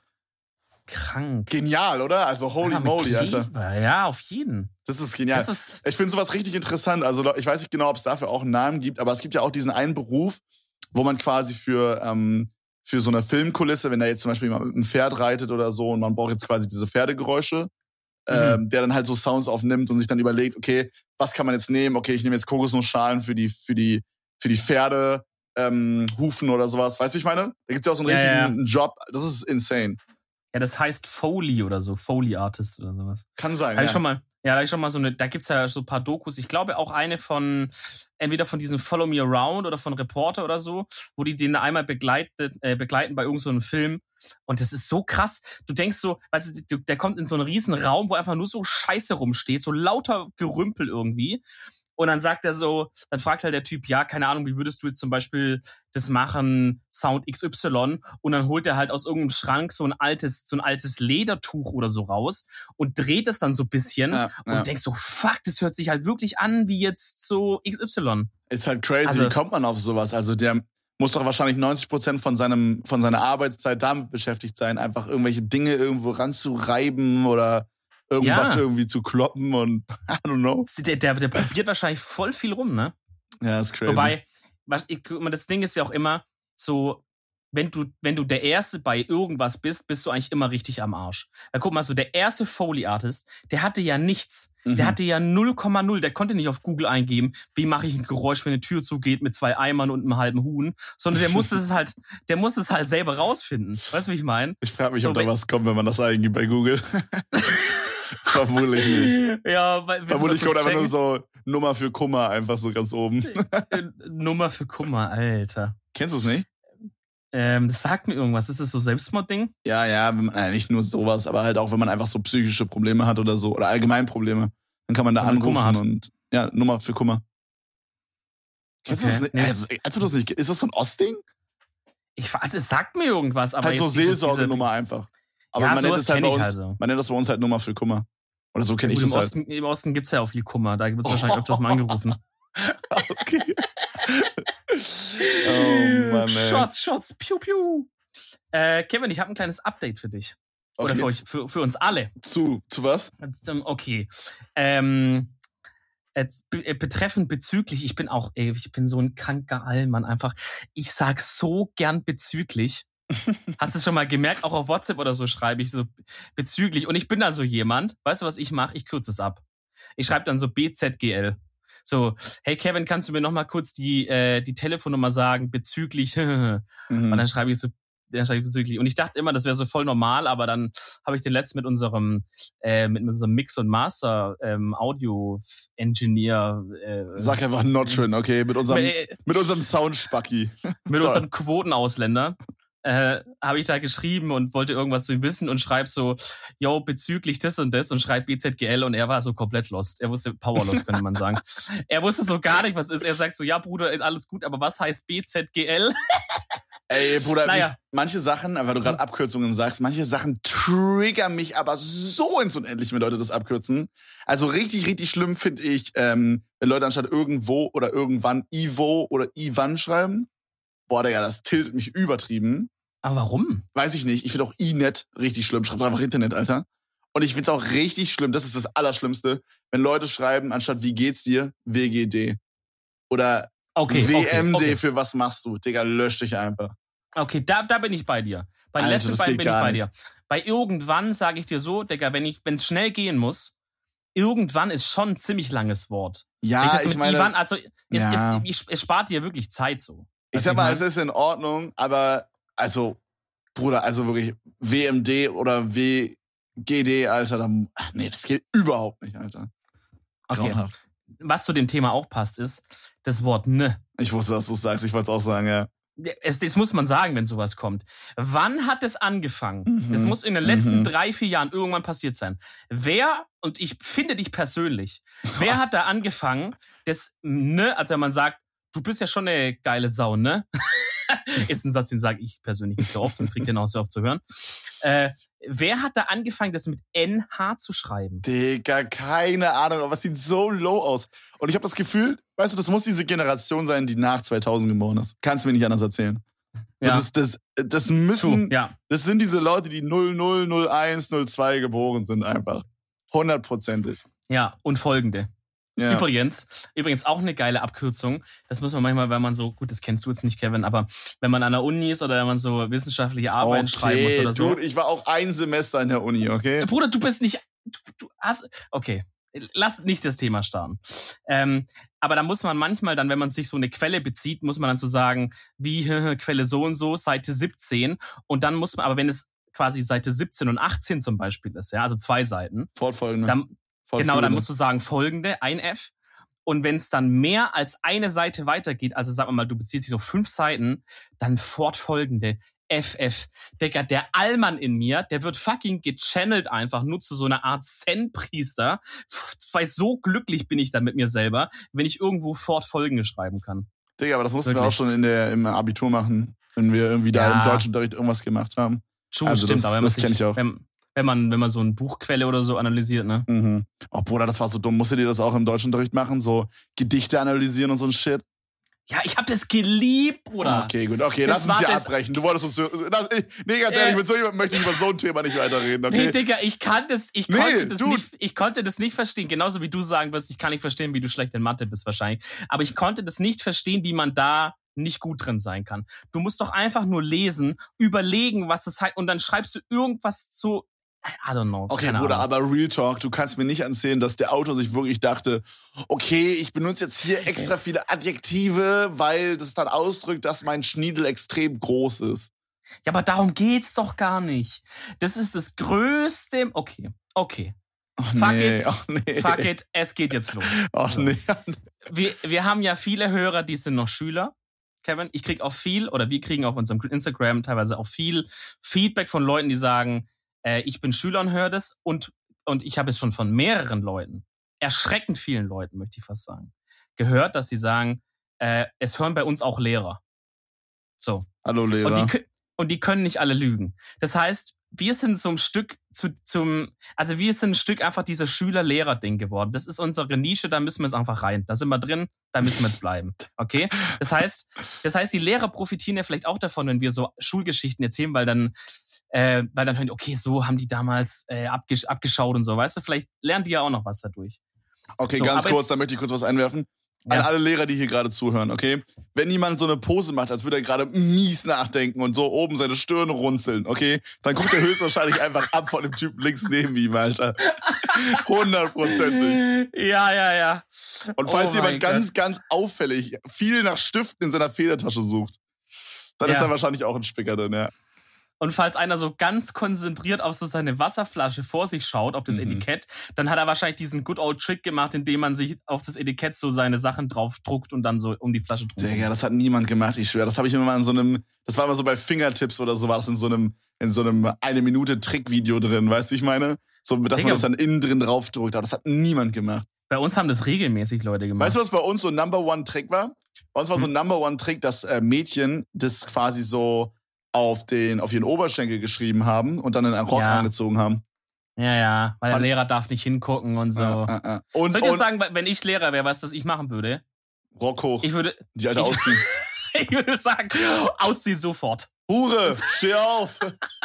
Krank. Genial, oder? Also holy ja, moly, Alter. Ja, auf jeden. Das ist genial. Das ist ich finde sowas richtig interessant. Also ich weiß nicht genau, ob es dafür auch einen Namen gibt, aber es gibt ja auch diesen einen Beruf, wo man quasi für, ähm, für so eine Filmkulisse, wenn da jetzt zum Beispiel jemand mit einem Pferd reitet oder so und man braucht jetzt quasi diese Pferdegeräusche, mhm. ähm, der dann halt so Sounds aufnimmt und sich dann überlegt, okay, was kann man jetzt nehmen? Okay, ich nehme jetzt Kokosnussschalen für die, für die, für die Pferde, ähm, Hufen oder sowas. Weißt du, wie ich meine? Da gibt's ja auch so einen ja, richtigen ja. Job. Das ist insane. Ja, das heißt Foley oder so, Foley Artist oder sowas. Kann sein, hab ja. Ich schon mal, ja, da habe ich schon mal so eine, da gibt's ja so ein paar Dokus. Ich glaube auch eine von, entweder von diesem Follow Me Around oder von Reporter oder so, wo die den einmal begleitet, äh, begleiten bei irgendeinem so Film. Und das ist so krass. Du denkst so, weißt du, der kommt in so einen riesen Raum, wo einfach nur so Scheiße rumsteht, so lauter Gerümpel irgendwie. Und dann sagt er so, dann fragt halt der Typ, ja, keine Ahnung, wie würdest du jetzt zum Beispiel das machen, Sound X Y? Und dann holt er halt aus irgendeinem Schrank so ein altes, so ein altes Ledertuch oder so raus und dreht es dann so ein bisschen. Ja, und ja. du denkst so, fuck, das hört sich halt wirklich an wie jetzt so X Y. Ist halt crazy, also, wie kommt man auf sowas? Also der muss doch wahrscheinlich neunzig Prozent von seinem, von seiner Arbeitszeit damit beschäftigt sein, einfach irgendwelche Dinge irgendwo ranzureiben oder irgendwas ja. irgendwie zu kloppen und I don't know. Der, der, der probiert wahrscheinlich voll viel rum, ne? Ja, ist crazy. Wobei, was, ich, das Ding ist ja auch immer so, wenn du, wenn du der Erste bei irgendwas bist, bist du eigentlich immer richtig am Arsch. Ja, guck mal, so der erste Foley-Artist, der hatte ja nichts. Mhm. Der hatte ja null Komma null. Der konnte nicht auf Google eingeben, wie mache ich ein Geräusch, wenn eine Tür zugeht mit zwei Eimern und einem halben Huhn, sondern der musste es halt, der musste es halt selber rausfinden. Weißt du, wie ich meine? Ich frage mich, so, ob da was kommt, wenn man das eingibt bei Google. Vermutlich nicht. Ja, weil, Vermutlich kommt einfach nur so Nummer für Kummer einfach so ganz oben. Nummer für Kummer, Alter. Kennst du es nicht? Ähm, das sagt mir irgendwas. Ist das so Selbstmordding? Ja, ja, wenn man, äh, nicht nur sowas, aber halt auch, wenn man einfach so psychische Probleme hat oder so, oder allgemein Probleme, dann kann man da wenn anrufen und, ja, Nummer für Kummer. Kennst okay. du das nicht? Nee. Also, also das nicht? Ist das so ein Ostding? Ich weiß, es sagt mir irgendwas, aber halt so Seelsorgenummer einfach. Aber ja, man nennt es halt bei uns, also. man nennt das bei uns halt Nummer für Kummer. Oder so kenne ich das im halt. Osten, Im Osten gibt's ja auch viel Kummer, da wird es wahrscheinlich öfters mal angerufen. Okay. Oh Mann, ey. Shots, Shots, piu, piu. Äh, Kevin, ich habe ein kleines Update für dich. Oder okay, für, euch, für, für uns alle. Zu, zu was? Okay. Ähm, betreffend bezüglich, ich bin auch, ey, ich bin so ein kranker Allmann einfach. Ich sag so gern bezüglich. Hast du es schon mal gemerkt? Auch auf WhatsApp oder so schreibe ich so bezüglich. Und ich bin dann so jemand, weißt du, was ich mache? Ich kürze es ab. Ich schreibe dann so B Z G L. So, hey Kevin, kannst du mir noch mal kurz die äh, die Telefonnummer sagen bezüglich? mhm. Und dann schreibe ich so, dann schreibe ich bezüglich. Und ich dachte immer, das wäre so voll normal, aber dann habe ich den letzten mit unserem äh, mit unserem Mix und Master ähm, Audio Engineer. Äh, Sag einfach Notrin, okay, mit unserem äh, mit unserem Soundspacki. Mit unserem Quotenausländer. Äh, habe ich da geschrieben und wollte irgendwas zu ihm wissen und schreib so, yo, bezüglich das und das und schreibt B Z G L und er war so komplett lost. Er wusste, powerlost, könnte man sagen. Er wusste so gar nicht, was ist. Er sagt so, ja, Bruder, ist alles gut, aber was heißt B Z G L? Ey, Bruder, naja. mich, manche Sachen, weil du gerade Abkürzungen sagst, manche Sachen triggern mich aber so ins Unendliche, wenn Leute das abkürzen. Also richtig, richtig schlimm finde ich, ähm, wenn Leute anstatt irgendwo oder irgendwann Ivo oder Ivan schreiben. Boah, Digga, das tiltet mich übertrieben. Aber warum? Weiß ich nicht. Ich finde auch Inet richtig schlimm. Schreibt einfach Internet, Alter. Und ich finde es auch richtig schlimm, das ist das Allerschlimmste, wenn Leute schreiben, anstatt wie geht's dir, W G D. Oder okay, W M D okay, okay. für was machst du? Digga, lösch dich einfach. Okay, da, da bin ich bei dir. Bei den letzten beiden bin ich bei dir. Bei irgendwann sage ich dir so, Digga, wenn ich, wenn es schnell gehen muss, irgendwann ist schon ein ziemlich langes Wort. Ja, ich, ich meine... Ivan, also, es, ja. es, es spart dir wirklich Zeit so. Ich sag mal, es ist in Ordnung, aber also, Bruder, also wirklich W M D oder W G D, Alter, da, ach nee, das geht überhaupt nicht, Alter. Okay. Grauenhaft. Was zu dem Thema auch passt, ist das Wort ne. Ich wusste, dass du es sagst, ich wollte es auch sagen, ja. Es, das muss man sagen, wenn sowas kommt. Wann hat es angefangen? Mhm. Das muss in den letzten mhm. drei, vier Jahren irgendwann passiert sein. Wer, und ich finde dich persönlich, wer hat da angefangen, das ne, also wenn man sagt, du bist ja schon eine geile Sau, ne? Ist ein Satz, den sage ich persönlich nicht so oft und krieg den auch so oft zu hören. Äh, wer hat da angefangen, das mit N H zu schreiben? Digga, keine Ahnung, aber es sieht so low aus. Und ich habe das Gefühl, weißt du, das muss diese Generation sein, die nach zweitausend geboren ist. Kannst du mir nicht anders erzählen. Ja. So, das, das, das müssen, ja. das sind diese Leute, die null null, null eins, null zwei geboren sind einfach. Hundertprozentig. Ja, und folgende. Ja. Übrigens, übrigens auch eine geile Abkürzung. Das muss man manchmal, wenn man so, gut, das kennst du jetzt nicht, Kevin, aber wenn man an der Uni ist oder wenn man so wissenschaftliche Arbeiten okay, schreiben muss oder so. Dude, ich war auch ein Semester in der Uni, okay? Bruder, du bist nicht, du, du hast, okay, lass nicht das Thema starten. Ähm, aber da muss man manchmal dann, wenn man sich so eine Quelle bezieht, muss man dann so sagen, wie Quelle so und so, Seite siebzehn. Und dann muss man, aber wenn es quasi Seite siebzehn und achtzehn zum Beispiel ist, ja, also zwei Seiten. Fortfolgende. Dann, Genau, dann musst du sagen folgende, ein F. Und wenn es dann mehr als eine Seite weitergeht, also sagen wir mal, du beziehst dich so fünf Seiten, dann fortfolgende, F F. Digga, der Allmann in mir, der wird fucking gechannelt einfach, nur zu so einer Art Zen-Priester. Weil so glücklich bin ich dann mit mir selber, wenn ich irgendwo fortfolgende schreiben kann. Digga, aber das mussten Wirklich? wir auch schon in der, im Abitur machen, wenn wir irgendwie da ja. im Deutschunterricht irgendwas gemacht haben. True, also stimmt, das, aber das kenne ich auch. Wenn, Wenn man, wenn man so eine Buchquelle oder so analysiert, ne? Mhm. Oh, Bruder, das war so dumm. Musstet ihr das auch im Deutschunterricht machen? So Gedichte analysieren und so ein Shit? Ja, ich hab das geliebt, Bruder. Okay, gut. Okay, das lass uns hier abbrechen. Du wolltest uns... Das, nee, ganz ehrlich, äh, mit so jemandem möchte ich über so ein Thema nicht weiterreden, okay? Nee, Digga, ich kann das... Ich, nee, konnte das du, nicht, ich konnte das nicht verstehen. Genauso wie du sagen wirst, ich kann nicht verstehen, wie du schlecht in Mathe bist wahrscheinlich. Aber ich konnte das nicht verstehen, wie man da nicht gut drin sein kann. Du musst doch einfach nur lesen, überlegen, was es heißt und dann schreibst du irgendwas zu, I don't know. Okay, Bruder, Ahnung. Aber Real Talk, du kannst mir nicht erzählen, dass der Autor sich wirklich dachte, okay, ich benutze jetzt hier extra viele Adjektive, weil das dann ausdrückt, dass mein Schniedel extrem groß ist. Ja, aber darum geht's doch gar nicht. Das ist das größte... Okay, okay. Ach fuck nee, it, ach nee. fuck it, es geht jetzt los. Ach nee. Wir, wir haben ja viele Hörer, die sind noch Schüler, Kevin. Ich krieg auch viel, oder wir kriegen auf unserem Instagram teilweise auch viel Feedback von Leuten, die sagen, äh, ich bin Schüler und höre das. Und, und ich habe es schon von mehreren Leuten, erschreckend vielen Leuten, möchte ich fast sagen, gehört, dass sie sagen, äh, es hören bei uns auch Lehrer. So. Hallo Lehrer. Und die, und die können nicht alle lügen. Das heißt, wir sind so ein Stück zu, zum, also wir sind ein Stück einfach dieser Schüler-Lehrer-Ding geworden. Das ist unsere Nische, da müssen wir jetzt einfach rein. Da sind wir drin, da müssen wir jetzt bleiben. Okay? Das heißt, das heißt, die Lehrer profitieren ja vielleicht auch davon, wenn wir so Schulgeschichten erzählen, weil dann, äh, weil dann hören die, okay, so haben die damals äh, abgesch- abgeschaut und so, weißt du? Vielleicht lernen die ja auch noch was dadurch. Okay, so, ganz kurz, da möchte ich kurz was einwerfen. An Ja. alle Lehrer, die hier gerade zuhören, okay? Wenn jemand so eine Pose macht, als würde er gerade mies nachdenken und so oben seine Stirn runzeln, okay? Dann guckt er höchstwahrscheinlich einfach ab von dem Typen links neben ihm, Alter. Hundertprozentig. Ja, ja, ja. Und falls Oh jemand mein ganz, Gott. ganz auffällig viel nach Stiften in seiner Federtasche sucht, dann Ja. ist da wahrscheinlich auch ein Spicker drin, ja. Und falls einer so ganz konzentriert auf so seine Wasserflasche vor sich schaut, auf das Mhm. Etikett, dann hat er wahrscheinlich diesen good old Trick gemacht, indem man sich auf das Etikett so seine Sachen drauf druckt und dann so um die Flasche druckt. Digga, das hat niemand gemacht, ich schwöre. Das habe ich immer mal in so einem, das war immer so bei Fingertips oder so, war das in so einem, in so einem eine Minute Trickvideo drin, weißt du, wie ich meine? So, dass Digga. man das dann innen drin draufdrückt, aber das hat niemand gemacht. Bei uns haben das regelmäßig Leute gemacht. Weißt du, was bei uns so ein Number One Trick war? Bei uns war so ein Number One Trick, dass äh, Mädchen das quasi so auf den, auf ihren Oberschenkel geschrieben haben und dann in einen Rock Ja. angezogen haben. Ja, ja, weil der Wann- Lehrer darf nicht hingucken und so. Ja, ja, ja. Und, Soll ich dir und sagen, wenn ich Lehrer wäre, weißt du, was ich machen würde? Rock hoch, Ich würde, die Alte ich- ausziehen. ich würde sagen, ausziehen sofort. Hure, steh auf!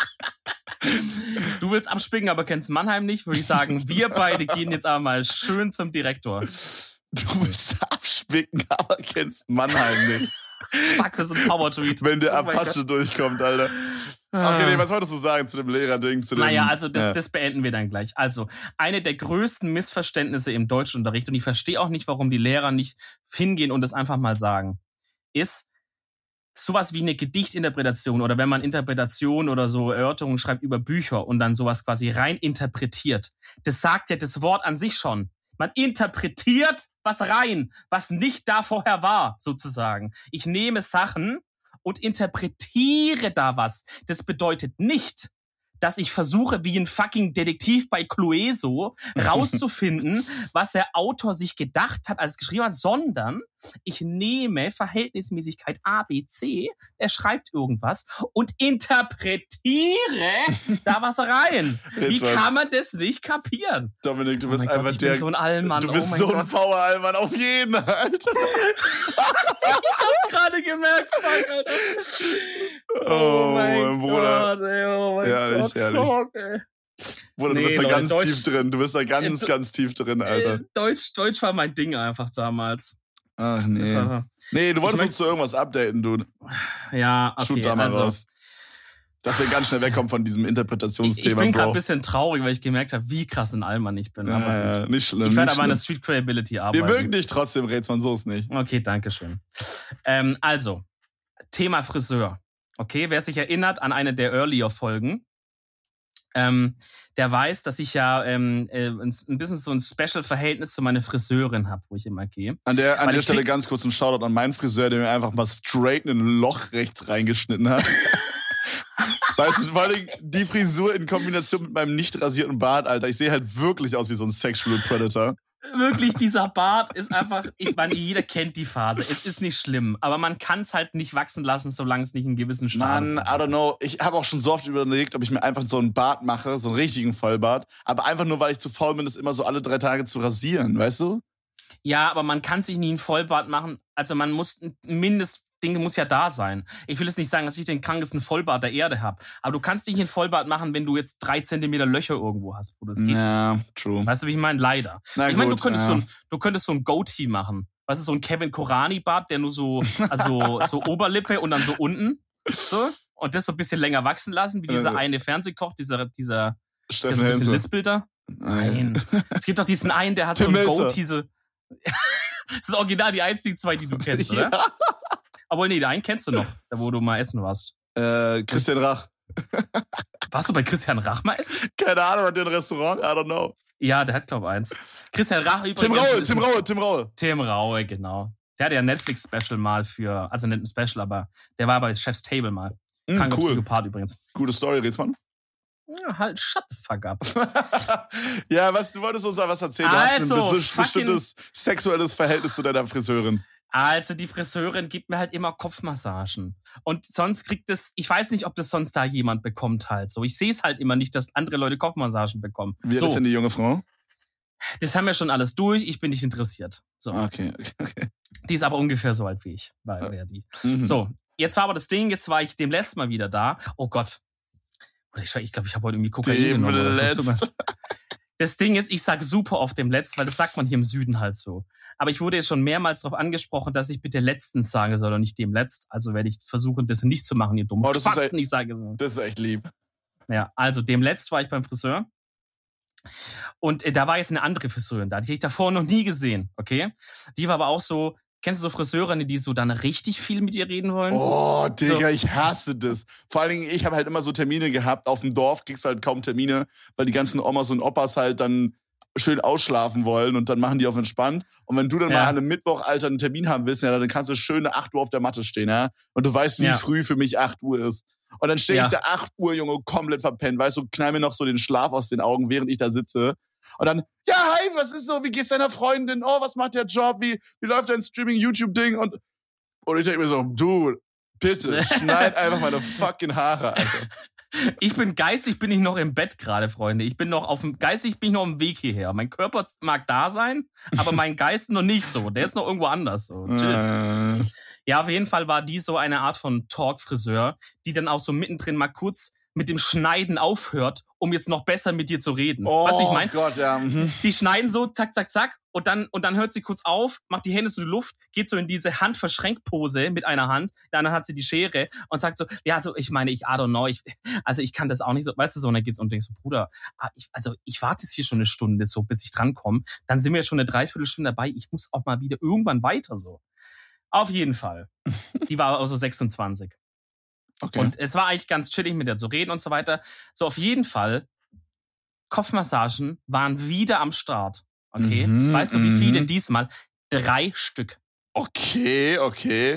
Du willst abspicken, aber kennst Mannheim nicht, würde ich sagen, wir beide gehen jetzt aber mal schön zum Direktor. Du willst abspicken, aber kennst Mannheim nicht. Fuck, das ist ein Power-Tweet. Wenn der Oh mein Apache durchkommt, Alter. Ah. Okay, nee, was wolltest du sagen zu dem Lehrerding? Zu dem, Naja, also das, ja. das beenden wir dann gleich. Also, eine der größten Missverständnisse im Deutschunterricht, und ich verstehe auch nicht, warum die Lehrer nicht hingehen und das einfach mal sagen, ist sowas wie eine Gedichtinterpretation oder wenn man Interpretation oder so Erörterungen schreibt über Bücher und dann sowas quasi rein interpretiert. Das sagt ja das Wort an sich schon. Man interpretiert was rein, was nicht da vorher war, sozusagen. Ich nehme Sachen und interpretiere da was. Das bedeutet nicht, dass ich versuche, wie ein fucking Detektiv bei Clueso rauszufinden, was der Autor sich gedacht hat, als es geschrieben hat, sondern ich nehme Verhältnismäßigkeit A, B, C, er schreibt irgendwas und interpretiere da was rein. Wie Jetzt mal- kann man das nicht kapieren? Dominik, du Oh bist mein Gott, einfach ich der. bin so ein Allmann. du bist oh mein so Gott. ein Power-Allmann auf jeden, Alter. Ich hab's gerade gemerkt, fuck, Alter. Oh, mein mein Bruder. Gott, ey, oh mein Herrlich, Gott. herrlich. Fuck, ey. Bruder, du Nee, bist da Leute, ganz Deutsch- tief drin. Du bist da ganz, Äh, ganz tief drin, Alter. Äh, Deutsch, Deutsch war mein Ding einfach damals. Ach Das nee. war, Nee, du wolltest Ich uns zu irgendwas updaten, du. ja, okay, Shoot da mal also, raus. Dass wir ganz schnell wegkommen von diesem ich, Interpretationsthema, ich bin gerade ein Bro. bisschen traurig, weil ich gemerkt habe, wie krass ein Allmann ich bin. Aber Ja, gut. ja, nicht schlimm. Ich nicht werde aber an schlimm. der Street Credibility Wir arbeiten. mögen dich trotzdem, Rätsmann, so ist nicht. Okay, danke schön. Ähm, also, Thema Friseur. Okay, wer sich erinnert an eine der Earlier-Folgen, ähm, der weiß, dass ich ja ähm, äh, ein, ein bisschen so ein Special-Verhältnis zu meiner Friseurin habe, wo ich immer gehe. An der, an Weil der ich Stelle krieg- ganz kurz ein Shoutout an meinen Friseur, der mir einfach mal straight in ein Loch rechts reingeschnitten hat. Weißt du, vor allem die Frisur in Kombination mit meinem nicht rasierten Bart, Alter. Ich sehe halt wirklich aus wie so ein Sexual Predator. Wirklich, dieser Bart ist einfach, ich meine, jeder kennt die Phase. Es ist nicht schlimm, aber man kann es halt nicht wachsen lassen, solange es nicht einen gewissen Status Mann, I hat. don't know. Ich habe auch schon so oft überlegt, ob ich mir einfach so einen Bart mache, so einen richtigen Vollbart. Aber einfach nur, weil ich zu faul bin, das immer so alle drei Tage zu rasieren, weißt du? Ja, aber man kann sich nie einen Vollbart machen. Also man muss, ein Mindestding muss ja da sein. Ich will jetzt nicht sagen, dass ich den krankesten Vollbart der Erde habe. Aber du kannst nicht einen Vollbart machen, wenn du jetzt drei Zentimeter Löcher irgendwo hast, Bruder. Das geht Ja, true. nicht. Weißt du, wie ich meine? Leider. Na ich meine, du gut, könntest, ja. so ein, du könntest so ein Goatee machen. Was ist so ein Kevin Korani-Bart, der nur so, also so Oberlippe und dann so unten. So. Und das so ein bisschen länger wachsen lassen, wie dieser eine Fernsehkoch, dieser, dieser, der so ein bisschen Lispelter. Nein. Es gibt doch diesen einen, der hat Tim so ein Goat, diese. Das sind original die einzigen zwei, die du kennst, oder? Ja. Obwohl, nee, den einen kennst du noch, da wo du mal essen warst. Äh, Christian Rach. Warst du bei Christian Rach mal essen? Keine Ahnung, hat der ein Restaurant? I don't know. Ja, der hat, glaube ich, eins. Christian Rach übrigens. Tim Raue, Tim Raue, Tim Raue. Tim Raue, genau. Der hatte ja ein Netflix-Special mal für, also nicht ein Special, aber der war bei Chef's Table mal. Mm, Kranker cool. Psychopath übrigens. Gute Story, Rätsmann. Ja, halt, shut the fuck up. Ja, was, du wolltest uns was erzählen. Du also, hast ein bes- bestimmtes sexuelles Verhältnis zu deiner Friseurin. Also die Friseurin gibt mir halt immer Kopfmassagen. Und sonst kriegt es, ich weiß nicht, ob das sonst da jemand bekommt halt so. Ich sehe es halt immer nicht, dass andere Leute Kopfmassagen bekommen. Wie alt so. ist denn die junge Frau? Das haben wir schon alles durch, ich bin nicht interessiert. So. Okay, okay, okay. Die ist aber ungefähr so alt wie ich. War, ja. die. Mhm. So, jetzt war aber das Ding, jetzt war ich dem letzten Mal wieder da. Oh Gott. Ich glaube, ich, glaub, ich habe heute irgendwie Kokain dem genommen. Letzt. Das Ding ist, ich sage super oft dem Letzten, weil das sagt man hier im Süden halt so. Aber ich wurde jetzt schon mehrmals darauf angesprochen, dass ich bitte letztens sagen soll und nicht dem Letzt. Also werde ich versuchen, das nicht zu machen, ihr dummen oh, das Spasten. Ist echt, ich sage so. Das ist echt lieb. Ja, also dem Letzt war ich beim Friseur. Und äh, da war jetzt eine andere Friseurin da. Die habe ich davor noch nie gesehen, okay? Die war aber auch so, kennst du so Friseurinnen, die so dann richtig viel mit dir reden wollen? Oh, Digga, so. Ich hasse das. Vor allen Dingen, ich habe halt immer so Termine gehabt. Auf dem Dorf kriegst du halt kaum Termine, weil die ganzen Omas und Opas halt dann schön ausschlafen wollen und dann machen die auf entspannt. Und wenn du dann ja. mal an einem Mittwoch, Alter, einen Termin haben willst, ja, dann kannst du schöne acht Uhr auf der Matte stehen, ja? Und du weißt, wie ja. früh für mich acht Uhr ist. Und dann stehe ja. ich da acht Uhr, Junge, komplett verpennt, weißt du, knall mir noch so den Schlaf aus den Augen, während ich da sitze. Und dann, ja, hi, was ist so, wie geht's deiner Freundin? Oh, was macht der Job? Wie, wie läuft dein Streaming-YouTube-Ding? Und, und ich denke mir so, du, bitte, schneid einfach meine fucking Haare, Alter. Ich bin geistig, bin ich noch im Bett gerade, Freunde. Ich bin noch auf dem, geistig bin ich noch auf dem Weg hierher. Mein Körper mag da sein, aber mein Geist noch nicht so. Der ist noch irgendwo anders so. Äh. Ja, auf jeden Fall war die so eine Art von Talk-Friseur, die dann auch so mittendrin mal kurz mit dem Schneiden aufhört, um jetzt noch besser mit dir zu reden. Oh weißt du, ich mein? Gott, ja. Mhm. Die schneiden so, zack, zack, zack, und dann, und dann hört sie kurz auf, macht die Hände so in die Luft, geht so in diese Handverschränkpose mit einer Hand, in der anderen hat sie die Schere und sagt so, ja, so, ich meine, ich, I don't know, ich, also ich kann das auch nicht so, weißt du, so, und dann geht's und denkst so, Bruder, ich, also ich warte jetzt hier schon eine Stunde so, bis ich drankomme, dann sind wir jetzt schon eine Dreiviertelstunde dabei, ich muss auch mal wieder irgendwann weiter so. Auf jeden Fall. Die war also sechsundzwanzig. Okay. Und es war eigentlich ganz chillig, mit der zu reden und so weiter. So, auf jeden Fall, Kopfmassagen waren wieder am Start. Okay? Mhm, weißt du, wie viele mhm. diesmal? Drei Stück. Okay, okay.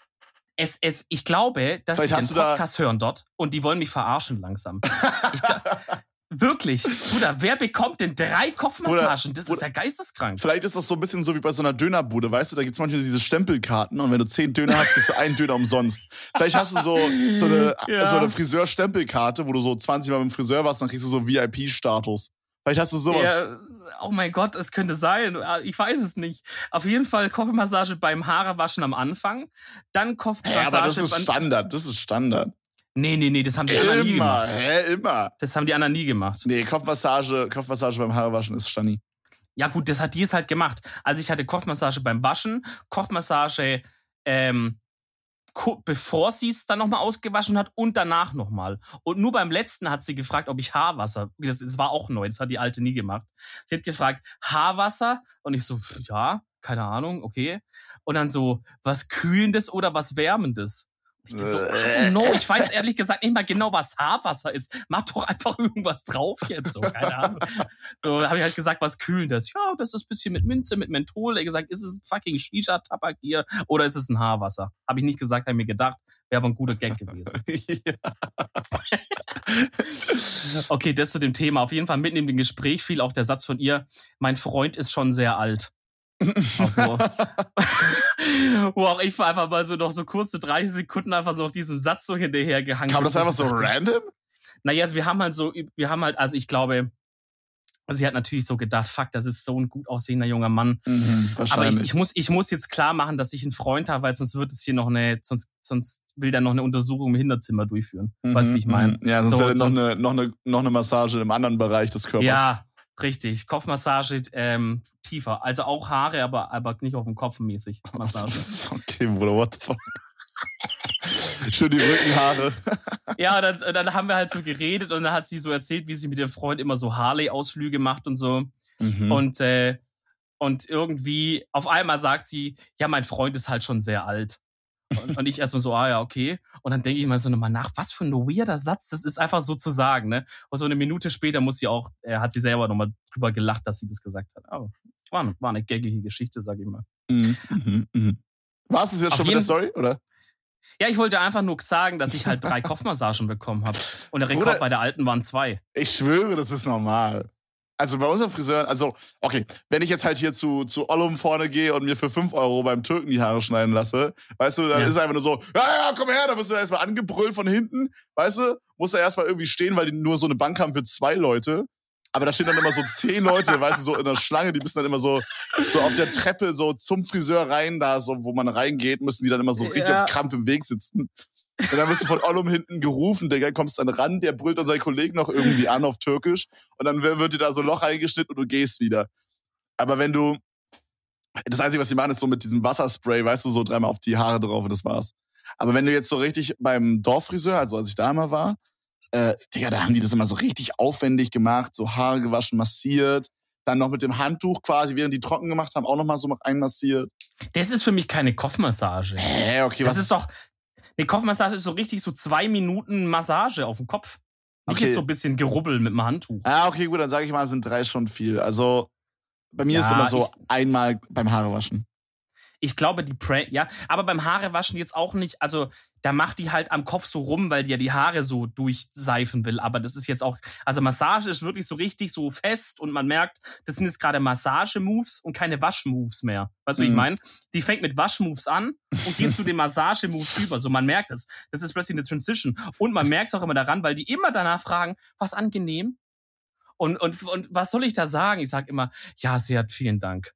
Es, es, ich glaube, dass Vielleicht die den Podcast hören dort und die wollen mich verarschen langsam. Ich, wirklich, Bruder, wer bekommt denn drei Kopfmassagen? Bruder, das Bruder, ist ja geisteskrank. Vielleicht ist das so ein bisschen so wie bei so einer Dönerbude, weißt du, da gibt's manchmal diese Stempelkarten und wenn du zehn Döner hast, kriegst du einen Döner umsonst. Vielleicht hast du so, so eine, ja. so eine Friseur-Stempelkarte, wo du so zwanzig Mal beim Friseur warst, dann kriegst du so V I P-Status. Vielleicht hast du sowas. Ja, oh mein Gott, es könnte sein. Ich weiß es nicht. Auf jeden Fall Kopfmassage beim Haarewaschen am Anfang. Dann Kopfmassage. Ja, aber das ist Standard, das ist Standard. Nee, nee, nee, das haben die immer, anderen nie gemacht. Hä, immer. Das haben die anderen nie gemacht. Nee, Kopfmassage, Kopfmassage beim Haarewaschen ist Stani. Ja gut, das hat die es halt gemacht. Also ich hatte Kopfmassage beim Waschen, Kopfmassage, ähm, bevor sie es dann nochmal ausgewaschen hat und danach nochmal. Und nur beim letzten hat sie gefragt, ob ich Haarwasser, das, das war auch neu, das hat die Alte nie gemacht. Sie hat gefragt, Haarwasser? Und ich so, ja, keine Ahnung, okay. Und dann so, was Kühlendes oder was Wärmendes? Ich bin so, I don't know. Ich weiß ehrlich gesagt nicht mal genau, was Haarwasser ist. Mach doch einfach irgendwas drauf jetzt. So, keine Ahnung. So, da habe ich halt gesagt, was Kühlendes. Ja, das ist ein bisschen mit Minze, mit Menthol. Er hat gesagt, ist es fucking Shisha-Tabak hier oder ist es ein Haarwasser? Habe ich nicht gesagt, habe mir gedacht, wäre aber ein guter Gag gewesen. Ja. Okay, das zu dem Thema. Auf jeden Fall mitten in dem Gespräch fiel auch der Satz von ihr, mein Freund ist schon sehr alt. Wo auch ich war einfach mal so noch so kurze dreißig Sekunden einfach so auf diesem Satz so hinterher gehangen. Kam das einfach so random? Naja, wir haben halt so, wir haben halt, also ich glaube, also sie hat natürlich so gedacht, fuck, das ist so ein gut aussehender junger Mann. Mhm, aber ich, ich muss, ich muss jetzt klar machen, dass ich einen Freund habe, weil sonst wird es hier noch eine, sonst, sonst will der noch eine Untersuchung im Hinterzimmer durchführen. Mhm, weißt du, wie ich meine? Ja, sonst so, wäre noch eine, noch eine, noch eine Massage im anderen Bereich des Körpers. Ja, Richtig, Kopfmassage ähm, tiefer. Also auch Haare, aber, aber nicht auf dem Kopf mäßig Massage. Okay, Bruder, what the fuck? Schön die Rückenhaare. Ja, und dann, und dann haben wir halt so geredet und dann hat sie so erzählt, wie sie mit ihrem Freund immer so Harley-Ausflüge macht und so. Mhm. Und, äh, und irgendwie auf einmal sagt sie, ja, mein Freund ist halt schon sehr alt. Und, und ich erstmal so, ah ja, okay. Und dann denke ich mal so nochmal nach, was für ein weirder Satz, das ist einfach so zu sagen, ne? Und so eine Minute später muss sie auch, äh, hat sie selber nochmal drüber gelacht, dass sie das gesagt hat. Aber war, eine, war eine gaggige Geschichte, sag ich mal. Mhm, mhm, mhm. War es das jetzt Auf schon mit der jeden- Story, oder? Ja, ich wollte einfach nur sagen, dass ich halt drei Kopfmassagen bekommen habe. Und der Rekord Bruder- bei der alten waren zwei. Ich schwöre, das ist normal. Also bei unserem Friseur, also, okay, wenn ich jetzt halt hier zu, zu Ollum vorne gehe und mir für fünf Euro beim Türken die Haare schneiden lasse, weißt du, dann Ja. ist es einfach nur so, ja, ja, komm her, da wirst du erstmal angebrüllt von hinten, weißt du, musst da erstmal irgendwie stehen, weil die nur so eine Bank haben für zwei Leute. Aber da stehen dann immer so zehn Leute, weißt du, so in der Schlange, die müssen dann immer so, so auf der Treppe so zum Friseur rein, da so, wo man reingeht, müssen die dann immer so richtig Ja. auf Krampf im Weg sitzen. Und dann wirst du von Ollum hinten gerufen, Digga, kommst dann ran, der brüllt dann seinen Kollegen noch irgendwie an auf Türkisch und dann wird dir da so ein Loch reingeschnitten und du gehst wieder. Aber wenn du, das Einzige, was die machen, ist so mit diesem Wasserspray, weißt du, so dreimal auf die Haare drauf und das war's. Aber wenn du jetzt so richtig beim Dorffriseur, also als ich da immer war, äh, Digga, da haben die das immer so richtig aufwendig gemacht, so Haare gewaschen, massiert, dann noch mit dem Handtuch quasi, während die trocken gemacht haben, auch nochmal so einmassiert. Das ist für mich keine Kopfmassage. Hä, okay, Das was ist doch, eine Kopfmassage ist so richtig so zwei Minuten Massage auf dem Kopf. Nicht Okay. jetzt so ein bisschen gerubbel mit dem Handtuch. Ah, okay, gut, dann sage ich mal, sind drei schon viel. Also bei mir Ja, ist es immer so ich- einmal beim Haarewaschen. Ich glaube, die Prank, ja, aber beim Haarewaschen jetzt auch nicht, also da macht die halt am Kopf so rum, weil die ja die Haare so durchseifen will, aber das ist jetzt auch, also Massage ist wirklich so richtig so fest und man merkt, das sind jetzt gerade Massage-Moves und keine Waschmoves mehr. Weißt du, wie ich Mhm. meine? Die fängt mit Waschmoves an und geht zu den Massage-Moves über, so man merkt es. Das ist plötzlich eine Transition und man merkt es auch immer daran, weil die immer danach fragen, was angenehm? Und, und, und was soll ich da sagen? Ich sag immer, ja, sie hat vielen Dank.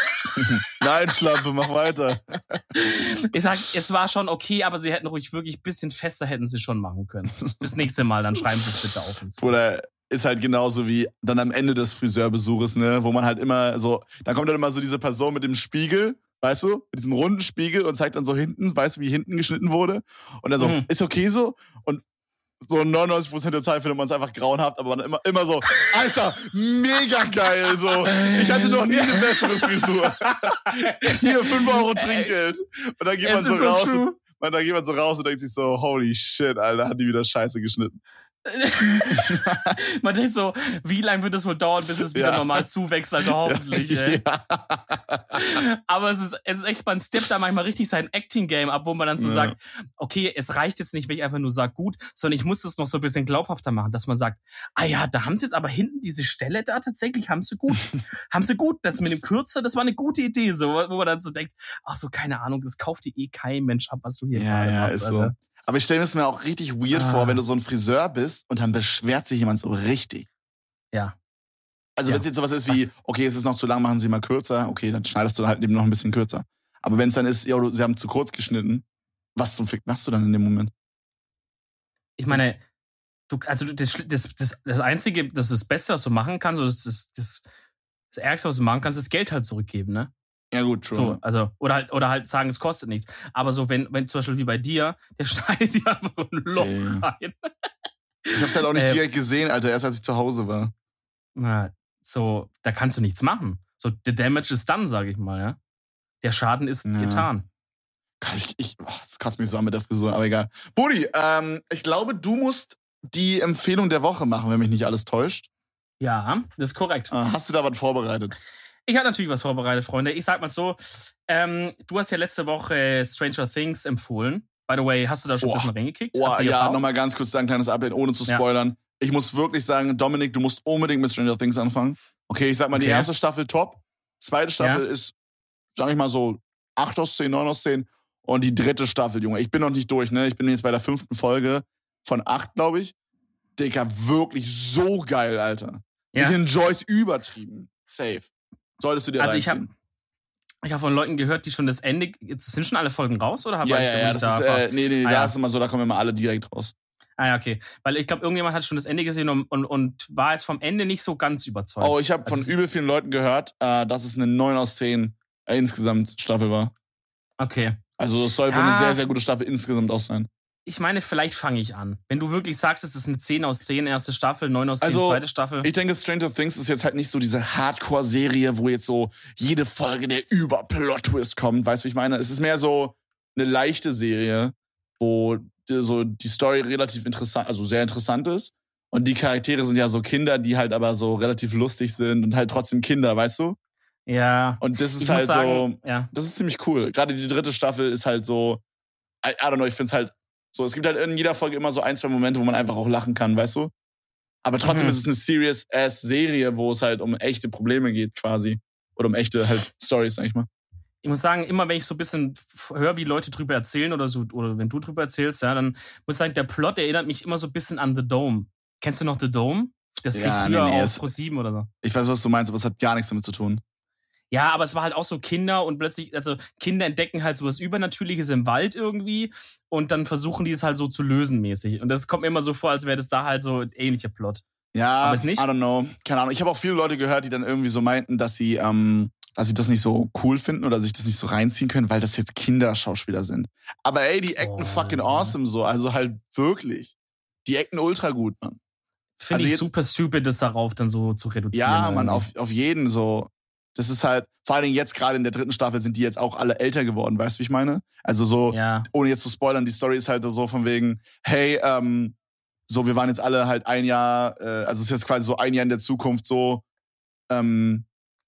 Nein, Schlampe, mach weiter. Ich sag, es war schon okay, aber sie hätten ruhig wirklich ein bisschen fester hätten sie schon machen können. Bis nächste Mal, dann schreiben sie es bitte auf uns. Oder ist halt genauso wie dann am Ende des Friseurbesuches, ne, wo man halt immer so, da kommt dann immer so diese Person mit dem Spiegel, weißt du, mit diesem runden Spiegel und zeigt dann so hinten, weißt du, wie hinten geschnitten wurde. Und dann so, Mhm. ist okay so? Und so neunundneunzig Prozent der Zeit findet man es einfach grauenhaft, aber man immer, immer so, Alter, mega geil, so. Ich hatte noch nie eine bessere Frisur. Hier, fünf Euro Trinkgeld. Und dann geht man Es so ist so raus true. und, man, dann geht man so raus und denkt sich so, holy shit, Alter, hat die wieder scheiße geschnitten. Man denkt so, wie lange wird es wohl dauern, bis es wieder Ja. normal zuwächst, Alter, hoffentlich, ey. Ja. Aber es ist, es ist echt, man steppt da manchmal richtig sein Acting-Game ab, wo man dann so Ja. sagt, okay, es reicht jetzt nicht, wenn ich einfach nur sage, gut, sondern ich muss das noch so ein bisschen glaubhafter machen, dass man sagt, ah ja, da haben sie jetzt aber hinten diese Stelle da tatsächlich, haben sie gut. haben sie gut, das mit dem Kürzer, das war eine gute Idee, so, wo man dann so denkt, ach so, keine Ahnung, das kauft dir eh kein Mensch ab, was du hier Ja, gerade ja, machst, ist so. Alter. Aber ich stelle mir es mir auch richtig weird Ah. vor, wenn du so ein Friseur bist und dann beschwert sich jemand so richtig. Ja. Also Ja. wenn es jetzt sowas ist wie, okay, es ist noch zu lang, machen Sie mal kürzer, okay, dann schneidest du halt eben noch ein bisschen kürzer. Aber wenn es dann ist, ja, du- sie haben zu kurz geschnitten, was zum Fick machst du dann in dem Moment? Ich meine, du, also das, das, das, das Einzige, das ist das Beste, was du machen kannst, oder das, das, das, das Ärgste, was du machen kannst, ist Geld halt zurückgeben, ne? Ja gut, true. So, also, oder halt, oder halt sagen, es kostet nichts. Aber so, wenn, wenn zum Beispiel wie bei dir, der schneidet dir einfach ein Loch Okay. rein. Ich hab's halt auch nicht Ähm. direkt gesehen, Alter, erst als ich zu Hause war. Na, so, da kannst du nichts machen. So, the damage is done, sage ich mal, ja. Der Schaden ist Ja. getan. Gott, ich, ich, oh, das kotzt mich so an mit der Frisur, aber egal. Budi, ähm, ich glaube, du musst die Empfehlung der Woche machen, wenn mich nicht alles täuscht. Ja, das ist korrekt. Äh, hast du da was vorbereitet? Ich habe natürlich was vorbereitet, Freunde. Ich sag mal so, ähm, du hast ja letzte Woche Stranger Things empfohlen. By the way, hast du da schon Boah. ein bisschen reingekickt? Oh, Hast du die ja, Erfahrung? nochmal ganz kurz ein kleines Update, ohne zu Ja. spoilern. Ich muss wirklich sagen, Dominik, du musst unbedingt mit Stranger Things anfangen. Okay, ich sag mal, die Okay. erste Staffel top. Zweite Staffel Ja. ist, sag ich mal so, acht aus zehn, neun aus zehn. Und die dritte Staffel, Junge, ich bin noch nicht durch, ne? Ich bin jetzt bei der fünften Folge von acht, glaube ich. Digga, wirklich so geil, Alter. Ja. Ich enjoy's übertrieben. Safe. Solltest du dir Also ich hab- reinziehen. Ich habe von Leuten gehört, die schon das Ende. Jetzt sind schon alle Folgen raus oder habe Ja, ich ja, ja, das da ist, äh, nee, nee, Ah, da ja. ist immer so, da kommen immer alle direkt raus. Ah ja, okay. Weil ich glaube, irgendjemand hat schon das Ende gesehen und, und, und war jetzt vom Ende nicht so ganz überzeugt. Oh, ich habe von also, übel vielen Leuten gehört, äh, dass es eine neun aus zehn äh, insgesamt Staffel war. Okay. Also es soll ja, wohl eine sehr, sehr gute Staffel insgesamt auch sein. Ich meine, vielleicht fange ich an. Wenn du wirklich sagst, es ist eine zehn aus zehn erste Staffel, neun aus zehn also, zweite Staffel. Ich denke, Stranger Things ist jetzt halt nicht so diese Hardcore-Serie, wo jetzt so jede Folge der Über-Plot-Twist kommt. Weißt du, wie ich meine? Es ist mehr so eine leichte Serie, wo die, so die Story relativ interessant, also sehr interessant ist. Und die Charaktere sind ja so Kinder, die halt aber so relativ lustig sind und halt trotzdem Kinder, weißt du? Ja. Und das ist ich halt muss sagen, so, ja. das ist ziemlich cool. Gerade die dritte Staffel ist halt so, I, I don't know, ich find's halt so, es gibt halt in jeder Folge immer so ein, zwei Momente, wo man einfach auch lachen kann, weißt du? Aber trotzdem Mhm. ist es eine Serious-Ass-Serie, wo es halt um echte Probleme geht quasi. Oder um echte halt Storys, sag ich mal. Ich muss sagen, immer wenn ich so ein bisschen höre, wie Leute drüber erzählen oder so, oder wenn du drüber erzählst, ja, dann muss ich sagen, der Plot erinnert mich immer so ein bisschen an The Dome. Kennst du noch The Dome? Das lief Ja, früher nee, nee, auf es- Pro sieben oder so. Ich weiß, was du meinst, aber es hat gar nichts damit zu tun. Ja, aber es war halt auch so Kinder und plötzlich, also Kinder entdecken halt sowas Übernatürliches im Wald irgendwie und dann versuchen die es halt so zu lösen mäßig. Und das kommt mir immer so vor, als wäre das da halt so ein ähnlicher Plot. Ja, Aber ist nicht? I don't know. Keine Ahnung. Ich habe auch viele Leute gehört, die dann irgendwie so meinten, dass sie, ähm, dass sie das nicht so cool finden oder sich das nicht so reinziehen können, weil das jetzt Kinderschauspieler sind. Aber ey, die acten Oh, fucking ja. awesome so. Also halt wirklich. Die acten ultra gut, Mann. Finde Also ich jetzt- super stupid, das darauf dann so zu reduzieren. Ja, Mann, irgendwie. auf, auf jeden so. Das ist halt, vor allen Dingen jetzt gerade in der dritten Staffel sind die jetzt auch alle älter geworden, weißt du, wie ich meine? Also so, Ja. ohne jetzt zu spoilern, die Story ist halt so von wegen, hey, ähm, so, wir waren jetzt alle halt ein Jahr, äh, also es ist jetzt quasi so ein Jahr in der Zukunft so, ähm,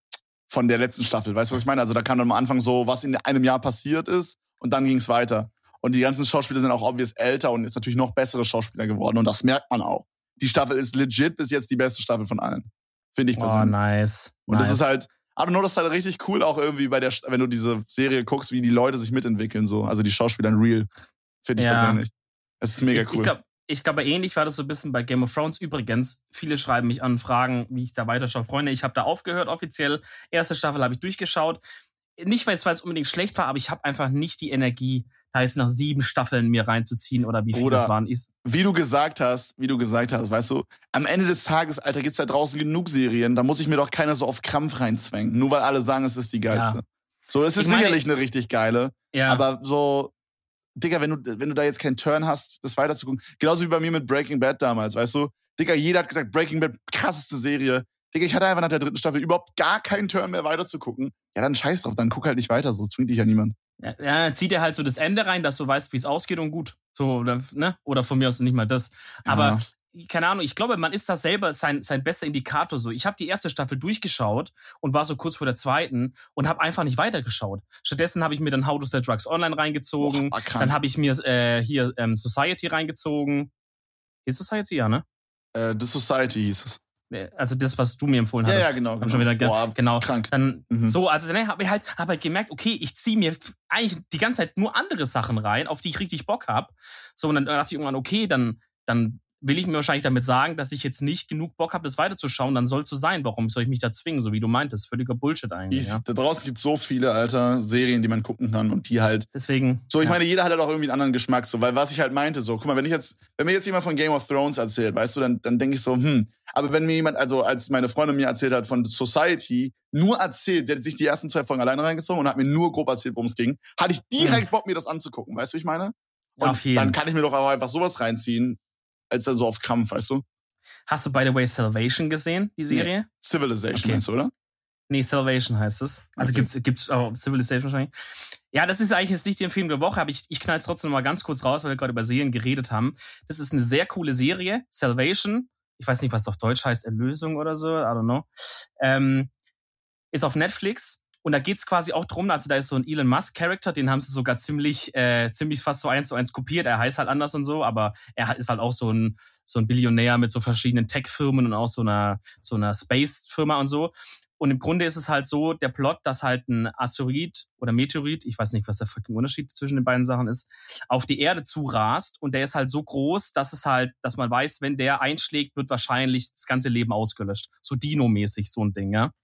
von der letzten Staffel, weißt du, was ich meine? Also da kam dann am Anfang so, was in einem Jahr passiert ist und dann ging es weiter. Und die ganzen Schauspieler sind auch obvious älter und jetzt natürlich noch bessere Schauspieler geworden und das merkt man auch. Die Staffel ist legit bis jetzt die beste Staffel von allen. Finde ich Oh, persönlich. nice. Und nice. das ist halt, I don't know, das ist halt richtig cool auch irgendwie bei der, wenn du diese Serie guckst, wie die Leute sich mitentwickeln, so. Also die Schauspieler in real. Finde ich Ja. persönlich. Es ist mega Ich, cool. ich glaube, ich glaube, ähnlich war das so ein bisschen bei Game of Thrones. Übrigens, viele schreiben mich an, fragen, wie ich da weiterschaue. Freunde, ich habe da aufgehört offiziell. Erste Staffel habe ich durchgeschaut. Nicht, weil es, weil es unbedingt schlecht war, aber ich habe einfach nicht die Energie, da jetzt nach sieben Staffeln mir reinzuziehen oder wie viele Bruder, es waren. Ich, Wie du gesagt hast, wie du gesagt hast, weißt du, am Ende des Tages, Alter, gibt's da draußen genug Serien, da muss ich mir doch keiner so auf Krampf reinzwängen, nur weil alle sagen, es ist die geilste. Ja. So, es ist Ich meine- sicherlich eine richtig geile, ja. aber so, Digga, wenn du, wenn du da jetzt keinen Turn hast, das weiterzugucken, genauso wie bei mir mit Breaking Bad damals, weißt du, Digga, jeder hat gesagt, Breaking Bad, krasseste Serie. Digga, ich hatte einfach nach der dritten Staffel überhaupt gar keinen Turn mehr weiterzugucken. Ja, dann scheiß drauf, dann guck halt nicht weiter, so zwingt dich ja niemand. Ja, ja, zieht er halt so das Ende rein, dass du weißt, wie es ausgeht und gut. So, oder, ne? Oder von mir aus nicht mal das. Aber, keine Ahnung, ich glaube, man ist da selber sein, sein bester Indikator so. Ich habe die erste Staffel durchgeschaut und war so kurz vor der zweiten und habe einfach nicht weitergeschaut. Stattdessen habe ich mir dann How to Sell Drugs Online reingezogen. Boah, krank. Dann habe ich mir äh, hier ähm, Society reingezogen. Ist Society, ja, ne? Äh, The Society hieß es. Also das, was du mir empfohlen Ja, hattest. ja, genau. Hab genau. schon wieder ge- Boah, genau. krank. Dann Mhm. so, also dann habe ich halt, hab halt gemerkt, okay, ich ziehe mir f- eigentlich die ganze Zeit nur andere Sachen rein, auf die ich richtig Bock habe. So, und dann dachte ich irgendwann, okay, dann, dann will ich mir wahrscheinlich damit sagen, dass ich jetzt nicht genug Bock habe, das weiterzuschauen, dann soll es so sein. Warum soll ich mich da zwingen, so wie du meintest? Völliger Bullshit eigentlich. Easy. Ja. Da draußen gibt so viele, Alter, Serien, die man gucken kann und die halt. Deswegen. So, ich ja. meine, jeder hat halt auch irgendwie einen anderen Geschmack, so, weil was ich halt meinte, so, guck mal, wenn ich jetzt, wenn mir jetzt jemand von Game of Thrones erzählt, weißt du, dann, dann denke ich so, hm, aber wenn mir jemand, also als meine Freundin mir erzählt hat von Society, nur erzählt, sie hat sich die ersten zwei Folgen alleine reingezogen und hat mir nur grob erzählt, worum es ging, hatte ich direkt Bock, mir das anzugucken, weißt du, wie ich meine? Und Auf jeden. dann kann ich mir doch auch einfach sowas reinziehen, als dann so auf Krampf, weißt du? Hast du, by the way, Salvation gesehen, die Serie? Civilization, Okay. meinst du, oder? Nee, Salvation heißt es. Also Okay. gibt's, gibt's auch Civilization wahrscheinlich. Ja, das ist eigentlich jetzt nicht die Empfehlung der Woche, aber ich, ich knall's trotzdem noch mal ganz kurz raus, weil wir gerade über Serien geredet haben. Das ist eine sehr coole Serie. Salvation. Ich weiß nicht, was es auf Deutsch heißt. Erlösung oder so. I don't know. Ähm, ist auf Netflix. Und da geht's quasi auch drum, also da ist so ein Elon Musk-Charakter, den haben sie sogar ziemlich, äh, ziemlich fast so eins zu eins kopiert. Er heißt halt anders und so, aber er ist halt auch so ein, so ein Billionär mit so verschiedenen Tech-Firmen und auch so einer, so einer Space-Firma und so. Und im Grunde ist es halt so, der Plot, dass halt ein Asteroid oder Meteorit, ich weiß nicht, was der fucking Unterschied zwischen den beiden Sachen ist, auf die Erde zurast und der ist halt so groß, dass es halt, dass man weiß, wenn der einschlägt, wird wahrscheinlich das ganze Leben ausgelöscht. So Dino-mäßig, so ein Ding, ja.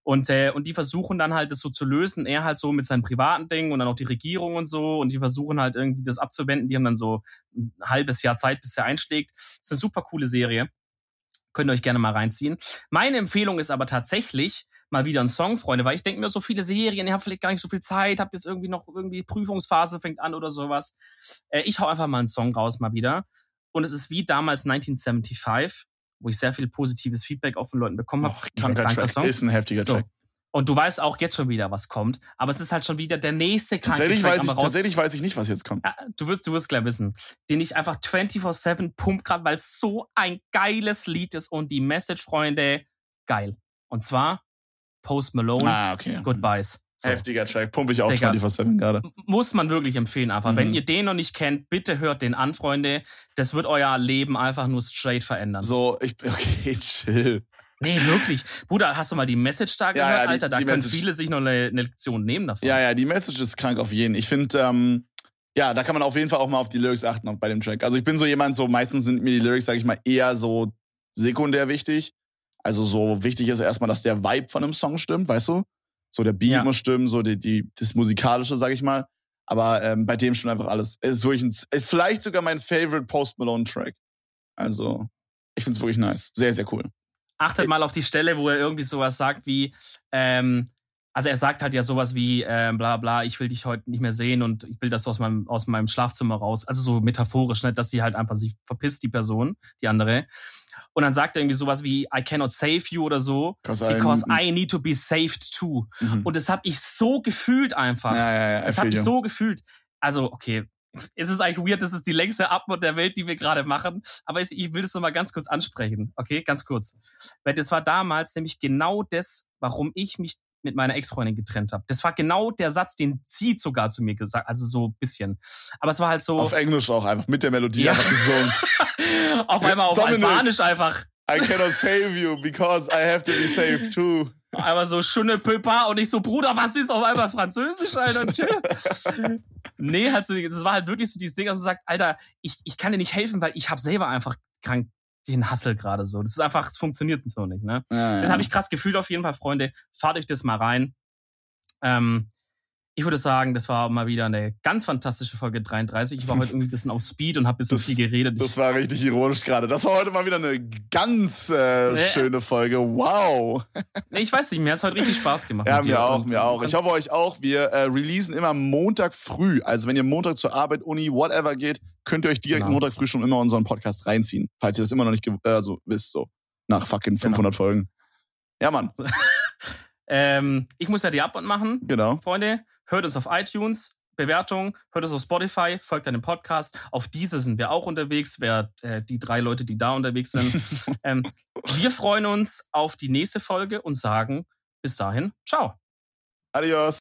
Und, äh, und die versuchen dann halt das so zu lösen, er halt so mit seinem privaten Ding und dann auch die Regierung und so und die versuchen halt irgendwie das abzuwenden. Die haben dann so ein halbes Jahr Zeit, bis er einschlägt. Das ist eine super coole Serie. Könnt ihr euch gerne mal reinziehen. Meine Empfehlung ist aber tatsächlich mal wieder ein Song, Freunde, weil ich denke mir, so viele Serien, ihr habt vielleicht gar nicht so viel Zeit, habt jetzt irgendwie noch irgendwie Prüfungsphase fängt an oder sowas. Äh, ich hau einfach mal einen Song raus mal wieder. Und es ist wie damals neunzehnhundertfünfundsiebzig, wo ich sehr viel positives Feedback auch von Leuten bekommen habe. Oh, kranker Track, ist ein heftiger so. Track. Und du weißt auch jetzt schon wieder, was kommt. Aber es ist halt schon wieder der nächste kranke tatsächlich Track. Weiß ich, tatsächlich weiß ich nicht, was jetzt kommt. Ja, du wirst, du wirst gleich wissen. Den ich einfach vierundzwanzig sieben pumpt gerade, weil es so ein geiles Lied ist und die Message, Freunde, geil. Und zwar Post Malone, ah, okay. Goodbyes. So. Heftiger Track, pumpe ich auch vierundzwanzig sieben gerade. Muss man wirklich empfehlen einfach. Mhm. Wenn ihr den noch nicht kennt, bitte hört den an, Freunde. Das wird euer Leben einfach nur straight verändern. So, ich, okay, chill. Nee, wirklich. Bruder, hast du mal die Message da gehört, ja, ja, die, Alter? Da die können Message, viele sich noch eine, eine Lektion nehmen davon. Ja, ja, die Message ist krank auf jeden. Ich finde, ähm, ja, da kann man auf jeden Fall auch mal auf die Lyrics achten auch bei dem Track. Also ich bin so jemand, so meistens sind mir die Lyrics, sag ich mal, eher so sekundär wichtig. Also so wichtig ist erstmal, dass der Vibe von einem Song stimmt, weißt du? So der Beat ja. muss stimmen, so die, die, das Musikalische, sag ich mal. Aber ähm, bei dem stimmt einfach alles. Es ist wirklich ein, vielleicht sogar mein Favorite Post Malone Track. Also ich find's wirklich nice. Sehr, sehr cool. Achtet mal auf die Stelle, wo er irgendwie sowas sagt wie, ähm, also er sagt halt ja sowas wie, ähm, bla bla, ich will dich heute nicht mehr sehen und ich will, dass du aus meinem, aus meinem Schlafzimmer raus. Also so metaphorisch, ne, dass sie halt einfach sich verpisst, die Person, die andere. Und dann sagt er irgendwie sowas wie, I cannot save you oder so, because I need to be saved too. Mhm. Und das habe ich so gefühlt einfach. Ja, ja, ja, das habe ich so gefühlt. Also, okay, es ist eigentlich weird, das ist die längste Abmod der Welt, die wir gerade machen. Aber ich will das nochmal ganz kurz ansprechen. Okay, ganz kurz. Weil das war damals nämlich genau das, warum ich mich mit meiner Ex-Freundin getrennt habe. Das war genau der Satz, den sie sogar zu mir gesagt, also so ein bisschen. Aber es war halt so... Auf Englisch auch einfach, mit der Melodie ja. einfach gesungen. Auf einmal auf Dominic, Albanisch einfach. I cannot save you because I have to be saved too. Einmal so schöne Pöpa und ich so, Bruder, was ist auf einmal Französisch, Alter? Nee, halt so, das war halt wirklich so dieses Ding, dass du sagst, Alter, ich, ich kann dir nicht helfen, weil ich habe selber einfach krank den Hustle gerade so. Das ist einfach, es funktioniert so nicht, ne? Ja, ja. Das habe ich krass gefühlt auf jeden Fall, Freunde. Fahrt euch das mal rein. Ähm, ich würde sagen, das war mal wieder eine ganz fantastische Folge dreiunddreißig. Ich war heute irgendwie ein bisschen auf Speed und habe ein bisschen das, viel geredet. Das war richtig ironisch gerade. Das war heute mal wieder eine ganz äh, nee. schöne Folge. Wow. Nee, ich weiß nicht, mir hat es heute richtig Spaß gemacht. Ja, mir auch, mir auch. Ich hoffe euch auch. Wir äh, releasen immer Montag früh. Also wenn ihr Montag zur Arbeit, Uni, whatever geht, könnt ihr euch direkt genau. Montag früh schon immer unseren Podcast reinziehen. Falls ihr das immer noch nicht äh, so wisst, so nach fucking fünfhundert genau. Folgen. Ja, Mann. ähm, ich muss ja die Abmod machen. Genau. Freunde. Hört uns auf iTunes, Bewertung, hört uns auf Spotify, folgt einem Podcast. Auf diese sind wir auch unterwegs, wer äh, die drei Leute, die da unterwegs sind. ähm, wir freuen uns auf die nächste Folge und sagen bis dahin, ciao. Adios.